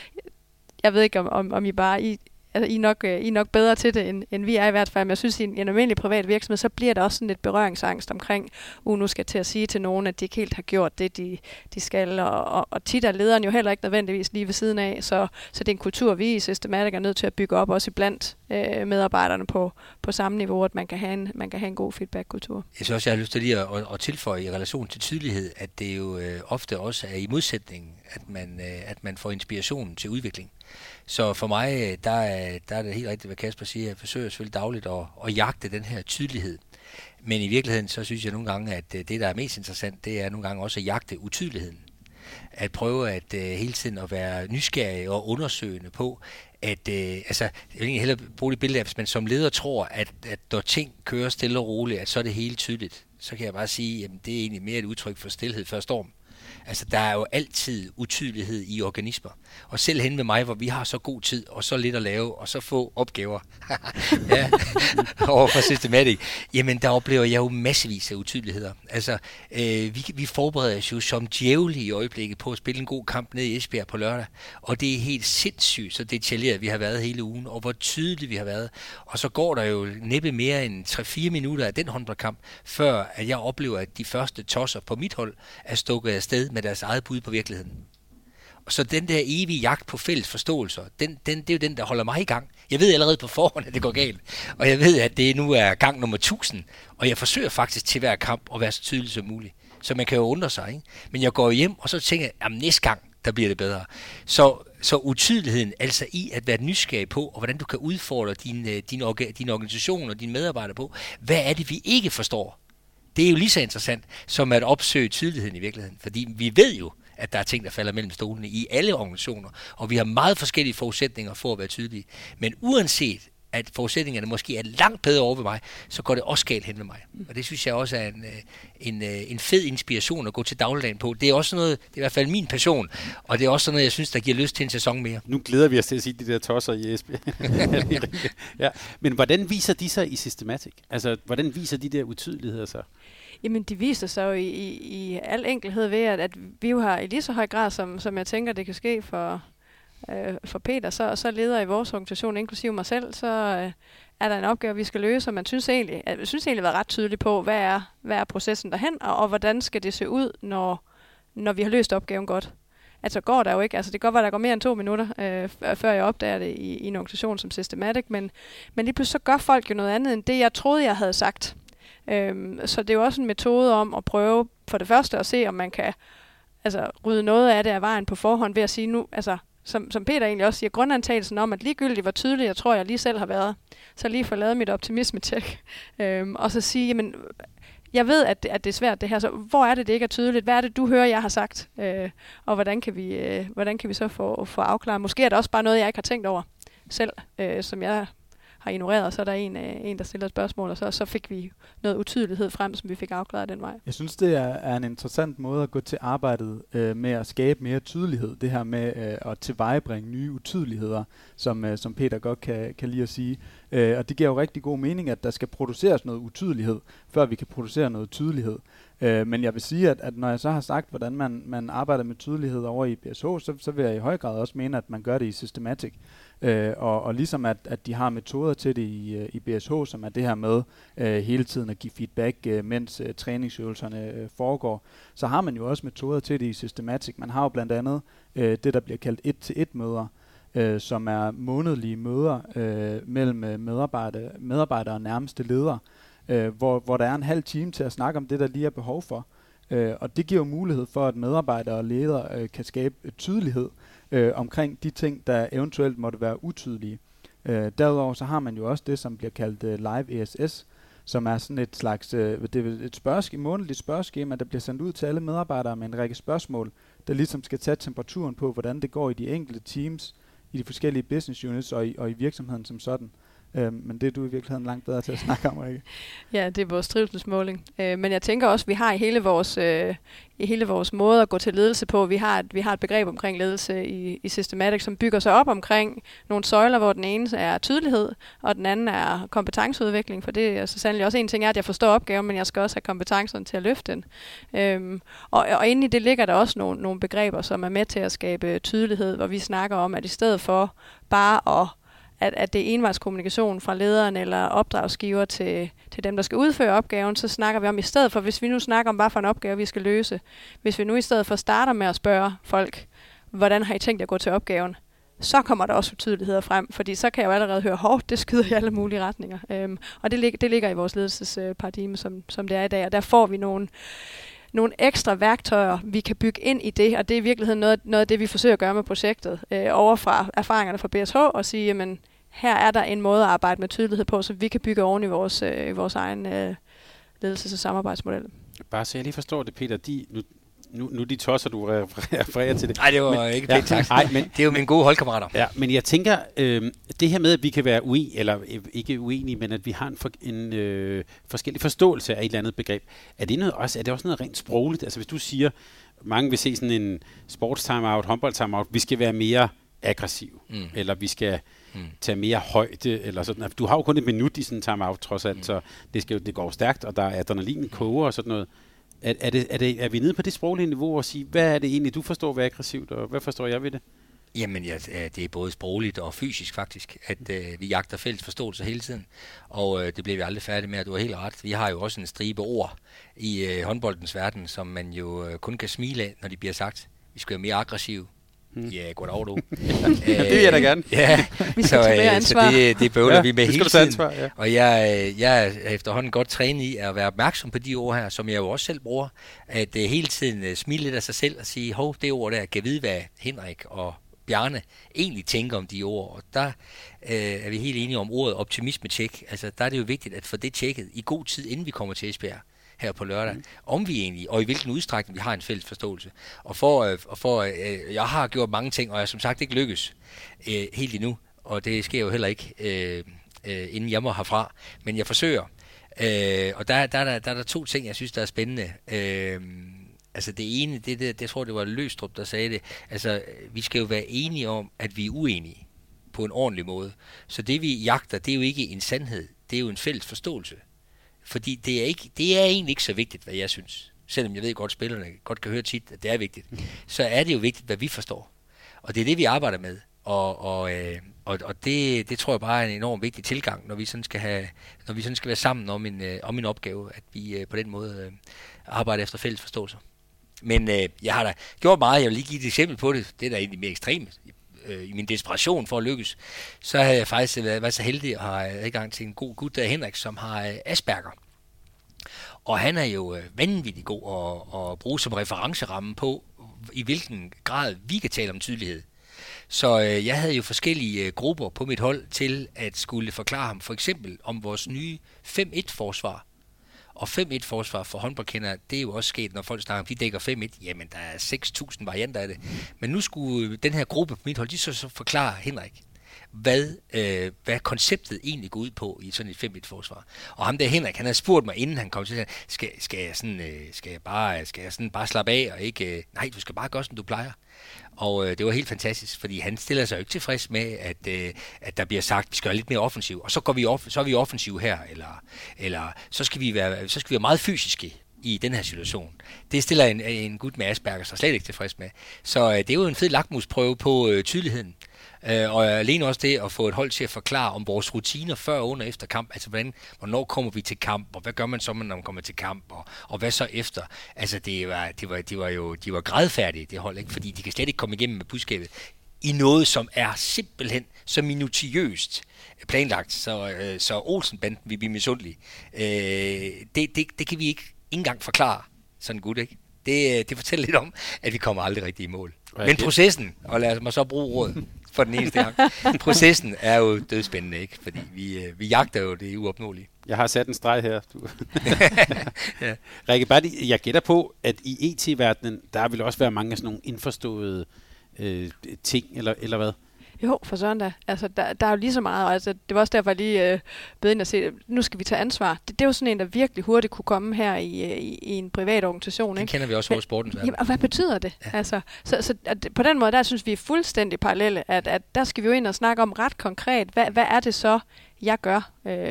Jeg ved ikke, om I bare... I er nok bedre til det, end vi er i hvert fald. Men jeg synes, i en almindelig privat virksomhed, så bliver der også sådan lidt berøringsangst omkring, nu skal jeg til at sige til nogen, at de ikke helt har gjort det, de skal. Og tit er lederen jo heller ikke nødvendigvis lige ved siden af. Så det er en kultur, vi i Systematic er nødt til at bygge op, også blandt medarbejderne på samme niveau, at man kan have en god feedback-kultur.
Jeg synes også, jeg har lyst til lige at tilføje i relation til tydelighed, at det jo ofte også er i modsætning, at man får inspiration til udvikling. Så for mig, der er det helt rigtigt, hvad Kasper siger. Jeg forsøger selvfølgelig dagligt at jagte den her tydelighed. Men i virkeligheden, så synes jeg nogle gange, at det, der er mest interessant, det er nogle gange også at jagte utydeligheden. At prøve at hele tiden at være nysgerrig og undersøgende på, at jeg vil egentlig hellere bruge det billede af, hvis man som leder tror, at når ting kører stille og roligt, at så er det helt tydeligt. Så kan jeg bare sige, at det er egentlig mere et udtryk for stilhed før storm. Altså, der er jo altid utydelighed i organismer. Og selv hen med mig, hvor vi har så god tid, og så lidt at lave, og så få opgaver ja, overfor Systematic, jamen der oplever jeg jo massevis af utydeligheder. Altså, vi forbereder os jo som djævle i øjeblikket på at spille en god kamp ned i Esbjerg på lørdag. Og det er helt sindssygt, så detaljeret vi har været hele ugen, og hvor tydeligt vi har været. Og så går der jo næppe mere end 3-4 minutter af den håndboldkamp, før at jeg oplever, at de første tosser på mit hold er stukket afsted med deres eget bud på virkeligheden. Og så den der evige jagt på fælles forståelser, det er jo den, der holder mig i gang. Jeg ved allerede på forhånd, at det går galt. Og jeg ved, at det nu er gang nummer 1000. Og jeg forsøger faktisk til hver kamp at være så tydelig som muligt. Så man kan jo undre sig, ikke? Men jeg går hjem, og så tænker jeg, at næste gang, der bliver det bedre. Så utydeligheden, altså i at være nysgerrig på, og hvordan du kan udfordre din organisation og dine medarbejdere på, hvad er det, vi ikke forstår? Det er jo lige så interessant, som at opsøge tydeligheden i virkeligheden. Fordi vi ved jo, at der er ting, der falder mellem stolene i alle organisationer, og vi har meget forskellige forudsætninger for at være tydelige. Men uanset at forudsætningerne måske er langt bedre over ved mig, så går det også galt hen med mig. Og det synes jeg også er en fed inspiration at gå til dagligdagen på. Det er også noget, det er i hvert fald min passion, og det er også noget, jeg synes, der giver lyst til en sæson mere.
Nu glæder vi os til at sige de der tosser i Esbjerg. Ja. Men hvordan viser de sig i Systematic? Altså, hvordan viser de der utydeligheder sig?
Jamen, de viser sig jo i al enkelhed ved, at vi jo har i lige så høj grad, som jeg tænker, det kan ske for Peter, så leder i vores organisation, inklusive mig selv, så er der en opgave, vi skal løse, og man synes egentlig at være ret tydelig på, hvad er processen derhen, og hvordan skal det se ud, når vi har løst opgaven godt. Altså går der jo ikke, altså det kan godt være, der går mere end 2 minutter, før jeg opdager det i en organisation som Systematic, men lige pludselig så gør folk jo noget andet, end det jeg troede, jeg havde sagt. Så det er jo også en metode om at prøve for det første at se, om man kan rydde noget af det af vejen på forhånd ved at sige nu, som Peter egentlig også siger, grundantagelsen om, at ligegyldigt hvor tydeligt jeg tror, jeg lige selv har været, så lige få lavet mit optimisme-tjek, og så sige, jamen, jeg ved, at det er svært det her, så hvor er det ikke er tydeligt? Hvad er det, du hører, jeg har sagt? Og hvordan kan vi så få afklaret? Måske er det også bare noget, jeg ikke har tænkt over selv, som jeg har ignoreret, så er der en der stiller et spørgsmål, og så fik vi noget utydelighed frem, som vi fik afklaret den vej.
Jeg synes, det er en interessant måde at gå til arbejdet med at skabe mere tydelighed. Det her med at tilvejebringe nye utydeligheder, som Peter godt kan lide at sige. Og det giver jo rigtig god mening, at der skal produceres noget utydelighed, før vi kan producere noget tydelighed. Men jeg vil sige, at når jeg så har sagt, hvordan man arbejder med tydelighed over i BSH, så vil jeg i høj grad også mene, at man gør det i Systematic. Og ligesom at de har metoder til det i BSH, som er det her med hele tiden at give feedback, mens træningsøvelserne foregår, så har man jo også metoder til det i Systematic. Man har jo blandt andet det, der bliver kaldt 1-til-1 møder, som er månedlige møder mellem medarbejdere og nærmeste ledere, hvor der er en halv time til at snakke om det, der lige er behov for. Og det giver jo mulighed for, at medarbejdere og ledere kan skabe tydelighed omkring de ting, der eventuelt måtte være utydelige. Derudover så har man jo også det, som bliver kaldt live ESS, som er sådan et slags det er et månedligt spørgeskema, der bliver sendt ud til alle medarbejdere med en række spørgsmål, der ligesom skal tage temperaturen på, hvordan det går i de enkelte teams, i de forskellige business units og i virksomheden som sådan. Men det er du i virkeligheden langt bedre til at snakke om, Rikke.
Ja, det er vores trivselsmåling. Men jeg tænker også, at vi har i hele vores måde at gå til ledelse på, vi har et begreb omkring ledelse i Systematic, som bygger sig op omkring nogle søjler, hvor den ene er tydelighed, og den anden er kompetenceudvikling, for det er så sandelig også en ting, at jeg forstår opgaven, men jeg skal også have kompetencerne til at løfte den. Og inde i det ligger der også nogle begreber, som er med til at skabe tydelighed, hvor vi snakker om, at i stedet for bare at det er envejskommunikation fra lederen eller opdragsgiver til dem, der skal udføre opgaven, så snakker vi om i stedet for, hvis vi nu snakker om, hvad for en opgave vi skal løse, hvis vi nu i stedet for starter med at spørge folk, hvordan har I tænkt jer at gå til opgaven, så kommer der også tydeligheder frem, fordi så kan jeg jo allerede høre, det skyder i alle mulige retninger. Og det ligger i vores ledelsesparadigme, som det er i dag, og der får vi nogle ekstra værktøjer, vi kan bygge ind i det, og det er i virkeligheden noget af det, vi forsøger at gøre med projektet, over fra erfaringerne fra BSH, og sige, jamen, her er der en måde at arbejde med tydelighed på, så vi kan bygge oven i vores egen ledelses- og samarbejdsmodel.
Bare så jeg lige forstår det, Peter, nu de tosser, du refererer til det.
Nej, det var ikke pænt sagt. Men det er jo mine gode holdkammerater.
Ja, men jeg tænker, det her med, at vi kan være ikke uenige, men at vi har en forskellig forståelse af et eller andet begreb, er det også noget rent sprogligt? Altså hvis du siger, mange vil se sådan en sports-timeout, håndbold-timeout, vi skal være mere aggressiv, eller vi skal tage mere højde, eller sådan. Du har jo kun et minut i sådan en timeout, trods alt, så det går stærkt, og der er adrenalin koger og sådan noget. Er vi nede på det sproglige niveau og sige, hvad er det egentlig, du forstår ved aggressivt, og hvad forstår jeg ved det?
Jamen, det er både sprogligt og fysisk faktisk, at vi jagter fælles forståelse hele tiden, og det bliver vi aldrig færdige med, at du har helt ret. Vi har jo også en stribe ord i håndboldens verden, som man jo kun kan smile af, når de bliver sagt. Vi skal være mere aggressive. Ja, goddag du.
Det vil jeg da gerne.
Ja, så det bøvler vi med hele tiden.
Ansvar, ja.
Og jeg er efterhånden godt trænet i at være opmærksom på de ord her, som jeg jo også selv bruger. At hele tiden smile lidt af sig selv og sige, det ord der, kan vide, hvad Henrik og Bjarne egentlig tænker om de ord. Og der er vi helt enige om ordet optimisme-tjek. Altså, der er det jo vigtigt at få det tjekket i god tid, inden vi kommer til Esbjerg her på lørdag, om vi egentlig, og i hvilken udstrækning vi har en fælles forståelse. Jeg har gjort mange ting, og jeg som sagt ikke lykkes helt endnu, og det sker jo heller ikke, inden jeg må herfra, men jeg forsøger. Og der er der to ting, jeg synes, der er spændende. Altså det ene, jeg tror, det var Løstrup, der sagde det, altså vi skal jo være enige om, at vi er uenige på en ordentlig måde. Så det vi jagter, det er jo ikke en sandhed, det er jo en fælles forståelse. Fordi det er egentlig ikke så vigtigt, hvad jeg synes. Selvom jeg ved godt, spillerne godt kan høre tit, at det er vigtigt. Så er det jo vigtigt, hvad vi forstår. Og det er det, vi arbejder med. Og det tror jeg bare er en enormt vigtig tilgang, når vi sådan skal være sammen om en opgave, at vi på den måde arbejder efter fælles forståelse. Men jeg har da gjort meget. Jeg vil lige give et eksempel på det. Det er da egentlig mere ekstremt. I min desperation for at lykkes, så har jeg faktisk været så heldig at have adgang til en god gut, der Henrik, som har Asperger. Og han er jo vanvittig god at bruge som referenceramme på, i hvilken grad vi kan tale om tydelighed. Så jeg havde jo forskellige grupper på mit hold til at skulle forklare ham for eksempel om vores nye 5-1-forsvar. Og 5-1-forsvar for håndboldkendere, det er jo også sket, når folk snakker om, de dækker 5-1. Jamen, der er 6.000 varianter af det. Men nu skulle den her gruppe på mit hold, de så forklare Henrik, hvad konceptet egentlig går ud på i sådan et 5-1-forsvar. Og ham der Henrik, han havde spurgt mig, inden han kom til, skal jeg bare slappe af, og ikke, nej, du skal bare gøre, som du plejer. Og det var helt fantastisk, fordi han stiller sig jo ikke tilfreds med, at der bliver sagt, at vi skal være lidt mere offensiv, og så er vi offensiv her, eller så skal vi være meget fysiske i den her situation. Det stiller en gut med Asperger sig slet ikke tilfreds med. Så det er jo en fed lakmusprøve på tydeligheden. Og alene også det at få et hold til at forklare om vores rutiner før, under og efter kamp. Altså hvornår kommer vi til kamp, og hvad gør man så, når man kommer til kamp, og hvad så efter. Altså de var gradfærdige, det hold, ikke? Fordi de kan slet ikke komme igennem med budskabet i noget, som er simpelthen så minutiøst planlagt, så Olsen-banden vil blive misundelige. Det kan vi ikke engang forklare, sådan gut, ikke? Det fortæller lidt om, at vi kommer aldrig rigtig i mål. Men processen, og lad mig så bruge ordet for den eneste gang, processen er jo dødspændende, ikke? Fordi vi jagter jo det uopnåelige.
Jeg har sat en streg her. Ja. Rikke, jeg gætter på, at i ET-verdenen, der vil også være mange af sådan nogle indforståede ting, eller hvad?
Jo, for sådan da. Altså, der er jo lige så meget, altså, det var også derfor, jeg lige bed ind og se, nu skal vi tage ansvar. Det er jo sådan en, der virkelig hurtigt kunne komme her i en privat organisation.
Den kender vi også over sportens verden.
Jamen, og hvad betyder det? Ja. Altså, så på den måde, der synes vi er fuldstændig parallelle, at der skal vi jo ind og snakke om ret konkret, hvad er det så, jeg gør,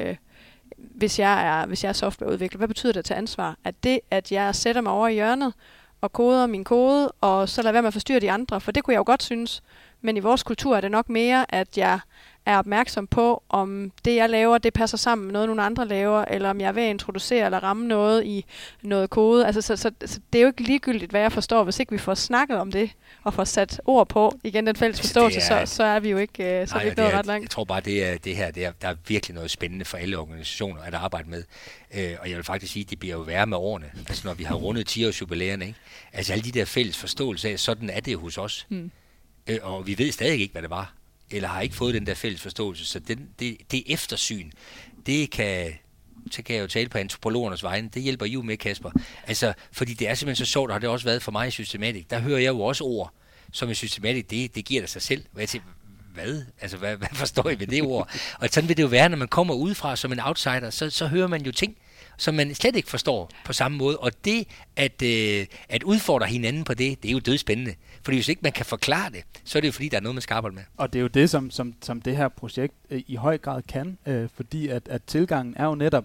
hvis jeg er softwareudvikler? Hvad betyder det at tage ansvar? At det, at jeg sætter mig over i hjørnet og koder min kode, og så lader være med at forstyrre de andre, for det kunne jeg jo godt synes. Men i vores kultur er det nok mere, at jeg er opmærksom på, om det, jeg laver, det passer sammen med noget, nogle andre laver, eller om jeg er ved at introducere eller ramme noget i noget kode. Altså, så det er jo ikke ligegyldigt, hvad jeg forstår, hvis ikke vi får snakket om det, og får sat ord på, igen den fælles forståelse, så er vi jo ikke, så er vi ikke nået ret langt.
Jeg tror bare, der er virkelig noget spændende for alle organisationer at arbejde med. Og jeg vil faktisk sige, at det bliver jo værre med årene. Altså når vi har rundet 10-årsjubilæerne, ikke? Altså alle de der fælles forståelser af, sådan er det hos os. Og vi ved stadig ikke, hvad det var, eller har ikke fået den der fælles forståelse. Så det eftersyn, så kan jeg jo tale på antropologernes vegne, det hjælper I jo med, Kasper. Altså, fordi det er simpelthen så sjovt, og har det også været for mig i Systematic. Der hører jeg jo også ord, som i Systematic, det giver det sig selv. Og jeg tænker, hvad? Altså, hvad forstår I ved det ord? Og sådan vil det jo være, når man kommer udefra som en outsider, så hører man jo ting, som man slet ikke forstår på samme måde. Og det, at udfordre hinanden på det er jo dødspændende. Fordi hvis ikke man kan forklare det, så er det jo fordi, der er noget, man skal arbejde med.
Og det er jo det, som det her projekt i høj grad kan, fordi at tilgangen er jo netop,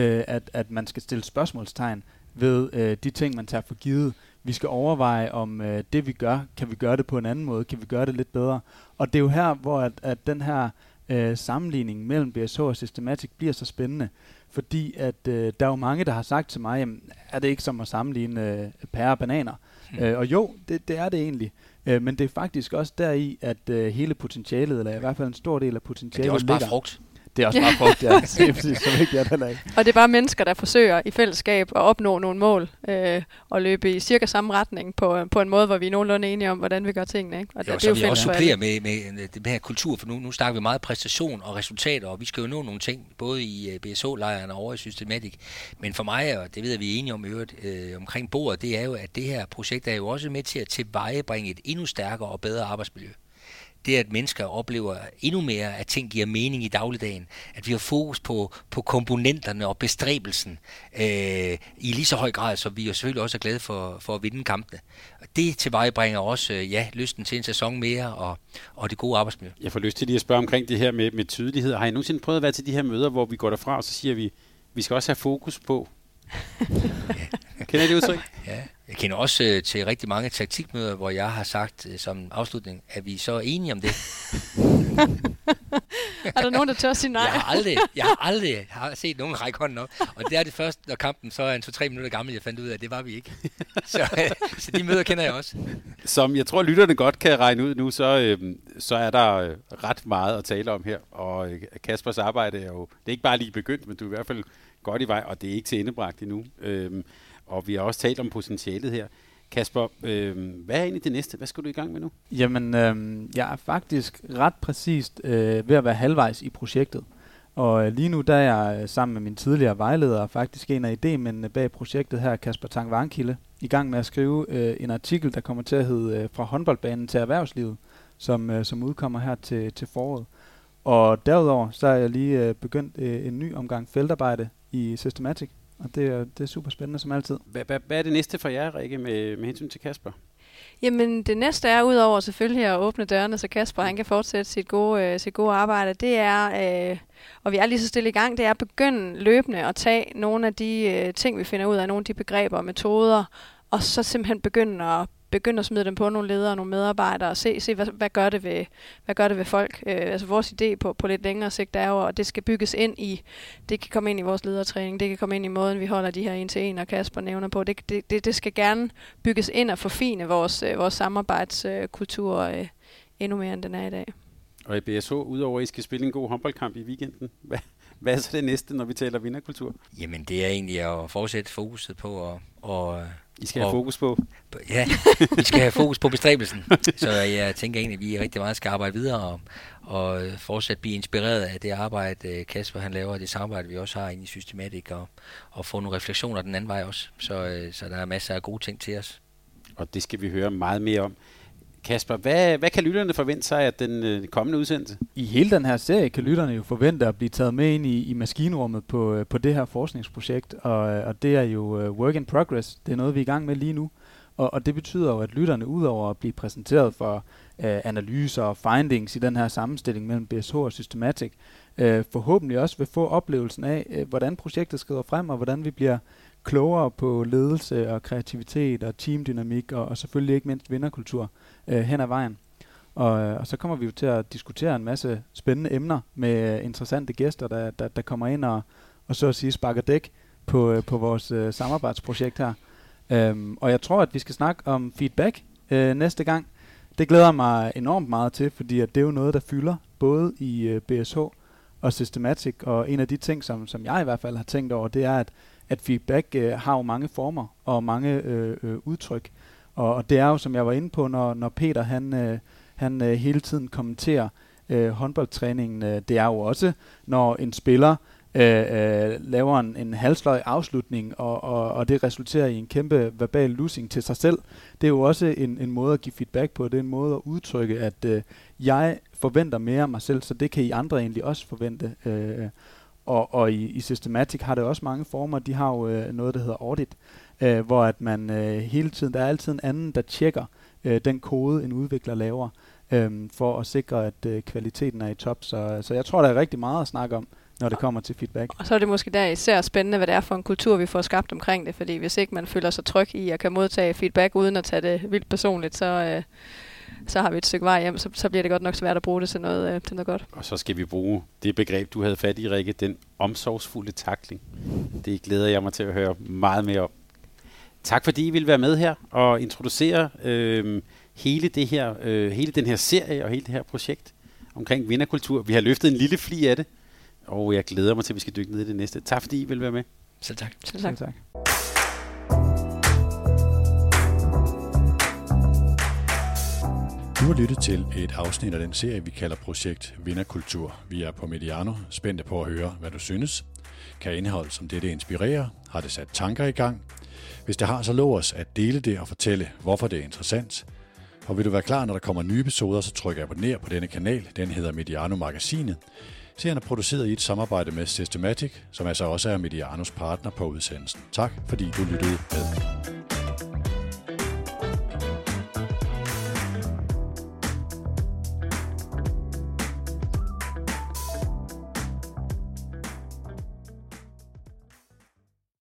at man skal stille spørgsmålstegn ved de ting, man tager for givet. Vi skal overveje, om det vi gør, kan vi gøre det på en anden måde, kan vi gøre det lidt bedre. Og det er jo her, hvor at den her sammenligning mellem BSH og Systematic bliver så spændende. Fordi at der er jo mange, der har sagt til mig, jamen, er det ikke som at sammenligne pærer og bananer? Og jo, det er det egentlig. Men det er faktisk også deri, at hele potentialet, eller i hvert fald en stor del af potentialet ligger.
Det er også bare frugt.
Det er også bare frugt, ja. Det er præcis, så vigtigt er det heller ikke.
Og det er bare mennesker, der forsøger i fællesskab at opnå nogle mål, og løbe i cirka samme retning på en måde, hvor vi er nogenlunde enige om, hvordan vi gør tingene. Ikke? Og
det er jo vi også supplerer med det her kultur, for nu snakker vi meget præstation og resultater, og vi skal jo nå nogle ting, både i BSH-lejrene og over i Systematic. Men for mig, og det ved jeg, vi er enige om øvrigt omkring bordet, det er jo, at det her projekt er jo også med til at tilvejebringe et endnu stærkere og bedre arbejdsmiljø. Det, at mennesker oplever endnu mere, at ting giver mening i dagligdagen. At vi har fokus på komponenterne og bestræbelsen i lige så høj grad, så vi jo selvfølgelig også er glade for at vinde kampene. Det tilvejebringer også lysten til en sæson mere og det gode arbejdsmiljø.
Jeg får lyst til lige at spørge omkring det her med tydelighed. Har I nogensinde prøvet at være til de her møder, hvor vi går derfra, og så siger vi skal også have fokus på? Kender I det udtryk?
Ja, jeg kender også til rigtig mange taktikmøder, hvor jeg har sagt som afslutning, at vi så er enige om det.
Er der nogen, der tør sige nej?
Jeg har aldrig set nogen række hånden op. Og det er det først, når kampen så er 2-3 minutter gammel, jeg fandt ud af, at det var vi ikke. Så de møder kender jeg også.
Som jeg tror, lytterne godt kan regne ud nu, så er der ret meget at tale om her. Og Kaspers arbejde er jo, det er ikke bare lige begyndt, men du er i hvert fald godt i vej, og det er ikke til endebragt endnu. Og vi har også talt om potentialet her. Kasper, hvad er egentlig det næste? Hvad skal du i gang med nu?
Jamen, jeg er faktisk ret præcist ved at være halvvejs i projektet. Og lige nu, der er jeg sammen med min tidligere vejleder, faktisk en af idémændene bag projektet her, Kasper Tang-Varnkilde, i gang med at skrive en artikel, der kommer til at hedde Fra håndboldbanen til erhvervslivet, som udkommer her til foråret. Og derudover, så er jeg lige begyndt en ny omgang feltarbejde i Systematic. Og det er super spændende som altid.
Hvad er det næste for jer, Rikke, med hensyn til Kasper?
Jamen, det næste er, udover selvfølgelig at åbne dørene, så Kasper han kan fortsætte sit gode arbejde, det er, og vi er lige så stille i gang, det er at begynde løbende at tage nogle af de ting, vi finder ud af, nogle af de begreber og metoder, og så simpelthen begynde at smide dem på nogle ledere og nogle medarbejdere og se hvad gør det ved folk. Altså vores idé på lidt længere sigt er jo, at det skal bygges ind i, det kan komme ind i vores ledertræning, det kan komme ind i måden, vi holder de her 1-til-1, og Kasper nævner på. Det skal gerne bygges ind og forfine vores samarbejdskultur endnu mere, end den er i dag.
Og i BSH, udover at I skal spille en god håndboldkamp i weekenden, Hvad er så det næste, når vi taler vinderkultur?
Jamen, det er egentlig at fortsætte fokuset på
I skal have fokus på?
Ja, vi skal have fokus på bestræbelsen. Så jeg tænker egentlig, at vi rigtig meget skal arbejde videre og fortsat blive inspireret af det arbejde, Kasper han laver, og det samarbejde, vi også har inde i Systematic, og få nogle refleksioner den anden vej også. Så der er masser af gode ting til os.
Og det skal vi høre meget mere om. Kasper, hvad kan lytterne forvente sig af den kommende udsendelse?
I hele den her serie kan lytterne jo forvente at blive taget med ind i maskinrummet på det her forskningsprojekt, og det er jo work in progress. Det er noget, vi er i gang med lige nu, og det betyder jo, at lytterne udover at blive præsenteret for analyser og findings i den her sammenstilling mellem BSH og Systematic, forhåbentlig også vil få oplevelsen af, hvordan projektet skrider frem, og hvordan vi bliver klogere på ledelse og kreativitet og teamdynamik og selvfølgelig ikke mindst vinderkultur hen ad vejen. Og så kommer vi jo til at diskutere en masse spændende emner med interessante gæster, der kommer ind og så at sige sparker dæk på vores samarbejdsprojekt her. Og jeg tror, at vi skal snakke om feedback næste gang. Det glæder mig enormt meget til, fordi at det er jo noget, der fylder både i BSH og Systematic. Og en af de ting, som jeg i hvert fald har tænkt over, det er, at feedback har jo mange former og mange udtryk. Og det er jo, som jeg var inde på, når Peter han hele tiden kommenterer håndboldtræningen. Det er jo også, når en spiller laver en halvsløj afslutning, og det resulterer i en kæmpe verbal losing til sig selv. Det er jo også en måde at give feedback på. Det er en måde at udtrykke, at jeg forventer mere af mig selv, så det kan I andre egentlig også forvente. Og i Systematic har det også mange former. De har jo noget, der hedder audit, hvor at man hele tiden, der er altid en anden, der tjekker den kode, en udvikler laver, for at sikre, at kvaliteten er i top. Så jeg tror, der er rigtig meget at snakke om, når det kommer til feedback.
Og så er det måske der især spændende, hvad det er for en kultur, vi får skabt omkring det. Fordi hvis ikke man føler sig tryg i at kan modtage feedback uden at tage det vildt personligt, så har vi et stykke vej hjem, så bliver det godt nok svært at bruge det til noget godt.
Og så skal vi bruge det begreb, du havde fat i, Rikke, den omsorgsfulde tackling. Det glæder jeg mig til at høre meget mere om. Tak fordi I ville være med her og introducere hele den her serie og hele det her projekt omkring vinderkultur. Vi har løftet en lille fli af det, og jeg glæder mig til, at vi skal dykke ned i det næste. Tak fordi I ville være med.
Selv tak.
Selv tak.
Du har lyttet til et afsnit af den serie, vi kalder Projekt Vinderkultur. Vi er på Mediano, spændte på at høre, hvad du synes. Kan indhold som dette inspirere? Har det sat tanker i gang? Hvis det har, så lov os at dele det og fortælle, hvorfor det er interessant. Og vil du være klar, når der kommer nye episoder, så tryk abonner på denne kanal. Den hedder Mediano Magasinet. Serien er produceret i et samarbejde med Systematic, som altså også er Medianos partner på udsendelsen. Tak fordi du lyttede med.